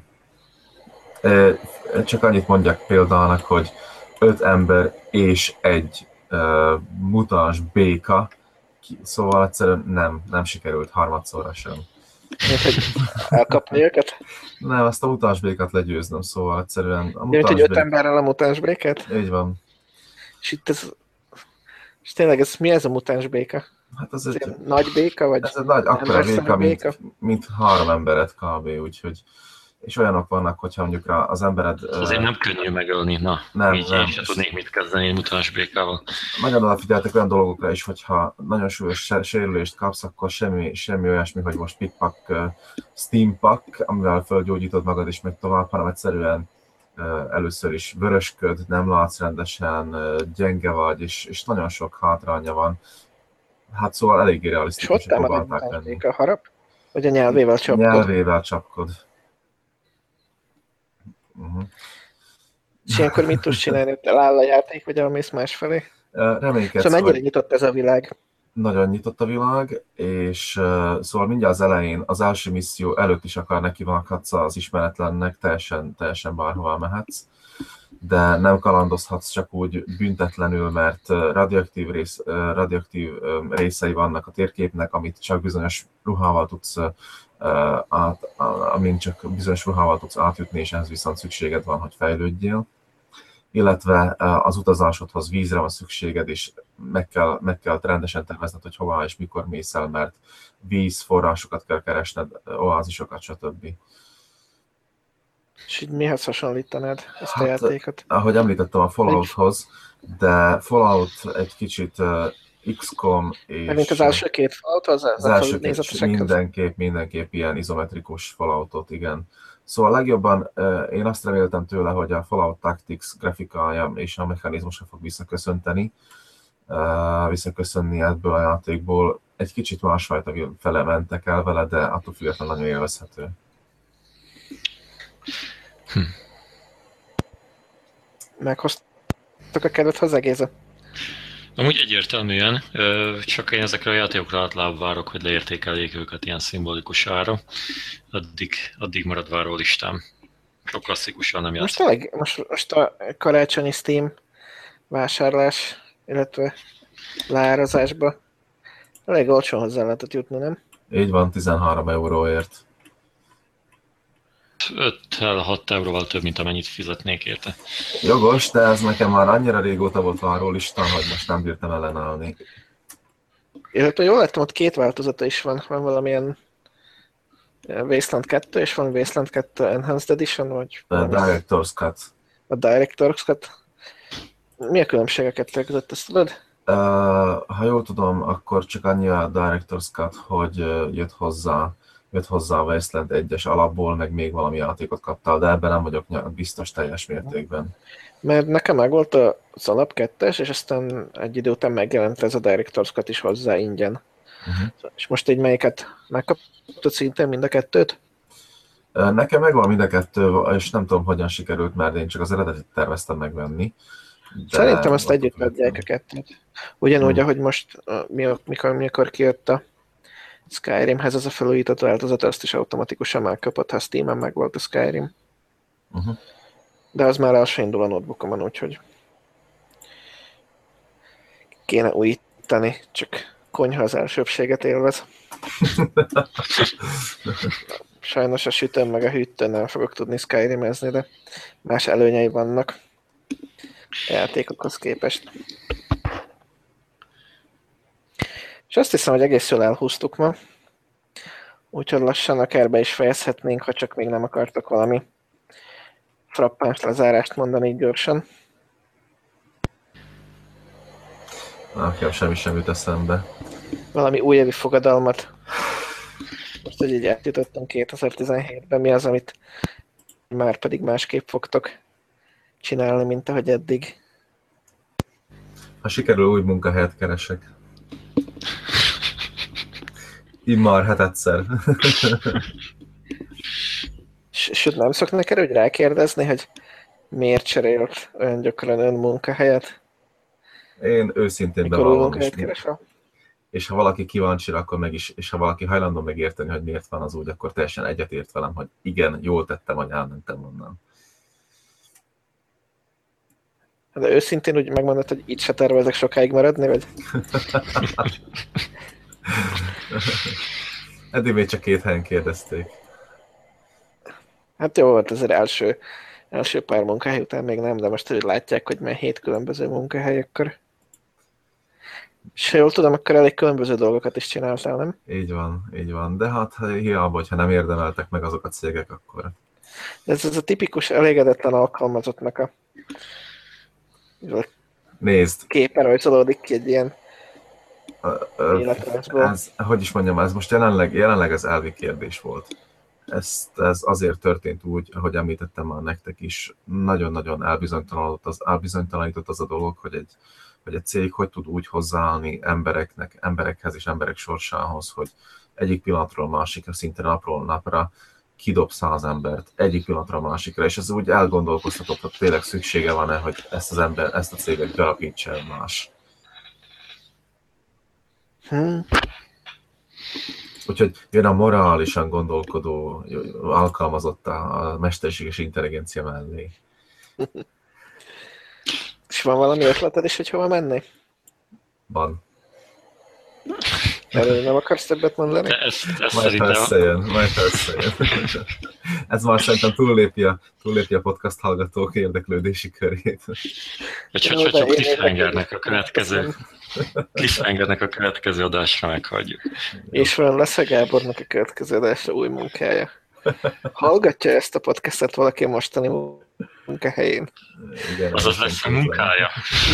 Csak annyit mondjak példának, hogy öt ember és egy mutáns béka, szóval egyszerűen nem, nem sikerült harmadszorra sem. Mint, hogy elkapni őket? Nem, azt a mutáns békát legyőznöm, szóval egyszerűen a Mint, hogy mutáns öt béka... emberrel a mutáns békát? Így van. És itt ez... És tényleg ez mi ez a mutáns béka? Hát ez Ez egy, nagy béka, vagy ez egy nagy, akkora béka, béka? mint, mint három emberet kb. Úgyhogy, és olyanok vannak, hogyha mondjuk rá az embered... Azért nem könnyű megölni, na, nem, így nem. én sem tudnék mit kezdeni egy mutáns békával. Nagyon odafigyeltek olyan dolgokra is, hogyha nagyon súlyos sérülést kapsz, akkor semmi, semmi olyasmi, hogy most pikpak, steampack, amivel fölgyógyítod magad és meg tovább, hanem egyszerűen először is vörösköd, nem látsz rendesen, gyenge vagy, és, és nagyon sok hátránya van. Hát szóval eléggé realisztikusan próbálták lenni. A harap? Vagy a nyelvével csapkod? Nyelvével csapkod. Uh-huh. És ilyenkor mit tudsz csinálni? Eláll a játék, vagy elmész másfelé? Reménykedsz, szóval mennyire hogy nyitott ez a világ? Nagyon nyitott a világ, és uh, szóval mindjárt az elején, az első misszió előtt is akár nekivághatsz az ismeretlennek, teljesen, teljesen bárhová mehetsz, de nem kalandozhatsz csak úgy büntetlenül, mert radioaktív, rész, radioaktív részei vannak a térképnek, amit csak bizonyos ruhával tudsz át, amin csak bizonyos ruhával tudsz átjutni, és ehhez viszont szükséged van, hogy fejlődjél. Illetve az utazásodhoz vízre van szükséged, és meg kell, meg kell rendesen tervezned, hogy hova és mikor mész el, mert víz, forrásokat kell keresned, oázisokat, stb. És így mihez hasonlítanád ezt hát, a játékot? Ahogy említettem, a Fallouthoz, de Fallout egy kicsit uh, iksz kom és... Mint az első két Fallout, az, az első két mindenképp, mindenképp ilyen izometrikus Falloutot, igen. Szóval legjobban uh, én azt reméltem tőle, hogy a Fallout Tactics grafikája és a mechanizmusa fog visszaköszönteni, uh, visszaköszönni ebből a játékból. Egy kicsit másfajta fele mentek el vele, de attól függetlenül nagyon élvezhető. Hm. Meghoztak a kedvet hozzá, Géza? Amúgy egyértelműen, csak én ezekre a játékokra általában várok, hogy leértékeljék őket ilyen szimbolikus ára. Addig, addig marad váró listám. Sok klasszikusan nem most, játszik. most, most a karácsonyi Steam vásárlás, illetve leárazásba elég olcsón hozzá lehetett jutni, nem? Így van, tizenhárom euróért. öt-hat euróval több, mint amennyit fizetnék érte. Jogos, de ez nekem már annyira régóta volt váró listán, hogy most nem bírtam ellenállni. Illetve jól láttam, ott két változata is van. Van valamilyen Wasteland kettő, és van Wasteland kettő Enhanced Edition, vagy... A Director's Cut. A Director's Cut. Mi a különbség a kettő között, ezt tudod? Uh, ha jól tudom, akkor csak annyi a Director's Cut, hogy uh, jött hozzá jött hozzá a Wasteland egyes alapból, meg még valami játékot kaptál, de ebben nem vagyok biztos teljes mértékben. Mert nekem meg volt az alap kettes, és aztán egy idő után megjelent ez a Director's Cut is hozzá ingyen. Uh-huh. És most egy melyiket megkaptad szintén mind a kettőt? Nekem megvan mind a kettő, és nem tudom, hogyan sikerült, mert én csak az eredetit terveztem megvenni. Szerintem ezt együtt adják a kettőt. Ugyanúgy, hmm. ahogy most, mikor, mikor kijött a Skyrimhez ez a felújított változat, azt is automatikusan megkapott, ha Steam-en meg volt a Skyrim. Uh-huh. De az már el se indul a notebookomon, úgyhogy kéne újítani, csak konyha az elsőbséget élvez. Sajnos a sütőn meg a hűtőn nem fogok tudni Skyrimezni, de más előnyei vannak a játékokhoz képest. És azt hiszem, hogy egész jól elhúztuk ma. Úgyhogy lassan akár be is fejezhetnénk, ha csak még nem akartok valami frappáns lezárást mondani így gyorsan. Nekem semmi sem jut eszembe. Valami újévi fogadalmat. Most, hogy így átjutottam kétezer-tizenhétben, mi az, amit már pedig másképp fogtok csinálni, mint ahogy eddig. Ha sikerül, új munkahelyet keresek. Immár hetedszer. Sőt, nem szoknak erre, hogy rákérdezni, hogy miért cserélt olyan gyakran ön munkahelyet? Én őszintén bevallom, és, és ha valaki kíváncsi, akkor meg is, és ha valaki hajlandó megérteni, hogy miért van az úgy, akkor teljesen egyetért velem, hogy igen, jól tettem, hogy elmentem onnan. De őszintén úgy megmondod, hogy itt se tervezek sokáig maradni, vagy? Eddig még csak két helyen kérdezték. Hát jó volt azért első, első pár munkahely után még nem, de most, hogy látják, hogy már hét különböző munkahely, akkor... És ha jól tudom, akkor elég különböző dolgokat is csináltál, nem? Így van, így van. De hát hiába, hogyha nem érdemeltek meg azok a cégek, akkor... Ez, ez a tipikus elégedetlen alkalmazottnak a... Nézd! Képen rajzolódik ki egy ilyen Ö, életrajzból. ez, hogy is mondjam, ez most jelenleg, jelenleg ez elvi kérdés volt. Ez, ez azért történt úgy, ahogy említettem már nektek is, nagyon-nagyon elbizonytalanított az, elbizonytalanított az a dolog, hogy egy, hogy egy cég hogy tud úgy hozzáállni embereknek, emberekhez és emberek sorsához, hogy egyik pillanatról másikra, szinte napról napra kidob száz embert, egyik pillanatra másikra, és ez úgy elgondolkoztatott, hogy tényleg szüksége van-e, hogy ezt az ember, ezt a céget gyarapítsa el más. Hmm. Úgyhogy jön a morálisan gondolkodó alkalmazottá a mesterséges intelligencia mellé. És van valami ötleted is, hogy hova menni? Van. Erről nem akarsz többet mondani? De ezt, ezt Majd szerintem... összejön, majd összejön. Ez már szerintem túllépi a, túllépi a podcast hallgatók érdeklődési körét. Vagy hogy csak cliffhangernek a következő... Cliffhangernek a következő adásra meghagyjuk. És van lesz a Gábornak a következő adásra új munkája. Hallgatja ezt a podcastet valaki mostani munkahelyén? Igen, Azaz lesz a munkája.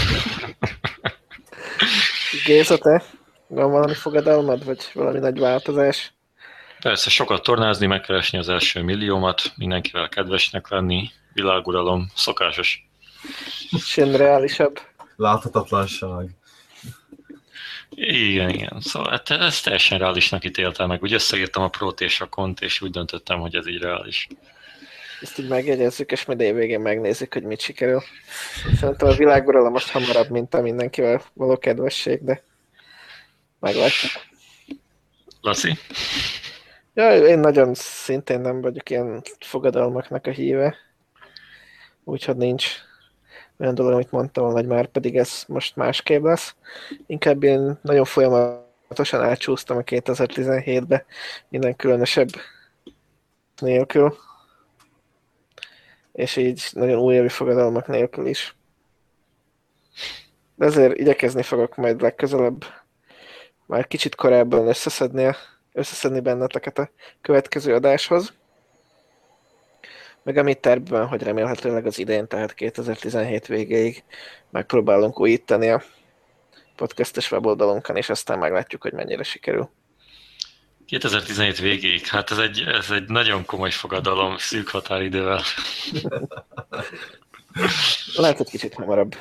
Géza, te? Van valami fogadalmad, vagy valami nagy változás? Persze, sokat tornázni, megkeresni az első milliómat, mindenkivel kedvesnek lenni, világuralom, szokásos. Sem reálisabb. Láthatatlanság. Igen, igen. Szóval hát ezt teljesen reálisnak ítéltem meg. Úgy összeírtam a prót és a kont, és úgy döntöttem, hogy ez így reális. Ezt így megjegyezzük, és majd évvégén megnézzük, hogy mit sikerül. Szerintem a világuralom most hamarabb, mint a mindenkivel való kedvesség, de meglátjuk. Laci? Ja, én nagyon szintén nem vagyok ilyen fogadalmaknak a híve. Úgyhogy nincs olyan dolog, amit mondtam volna, hogy már pedig ez most másképp lesz. Inkább én nagyon folyamatosan átcsúsztam a kétezer-tizenhétbe, minden különösebb nélkül. És így nagyon újévi fogadalmak nélkül is. De ezért igyekezni fogok majd legközelebb már kicsit korábban összeszedni, összeszedni benneteket a következő adáshoz. Meg amit tervben, hogy remélhetőleg az idén, tehát kétezer-tizenhét végéig megpróbálunk újítani a podcastes weboldalunkon, és aztán meglátjuk, hogy mennyire sikerül. kétezer-tizenhét végéig, hát ez egy, ez egy nagyon komoly fogadalom szűk határidővel. Lehet, hogy kicsit hamarabb.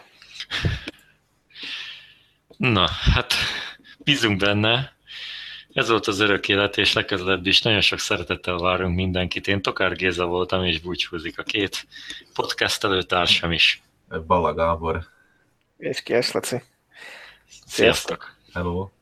Na, hát bízunk benne. Ez volt az örök élet, és legközelebb is nagyon sok szeretettel várunk mindenkit. Én Tokár Géza voltam, és búcsúzik a két podcastelő társam is. Balla Gábor. És Kies Laci. Sziasztok! Hello.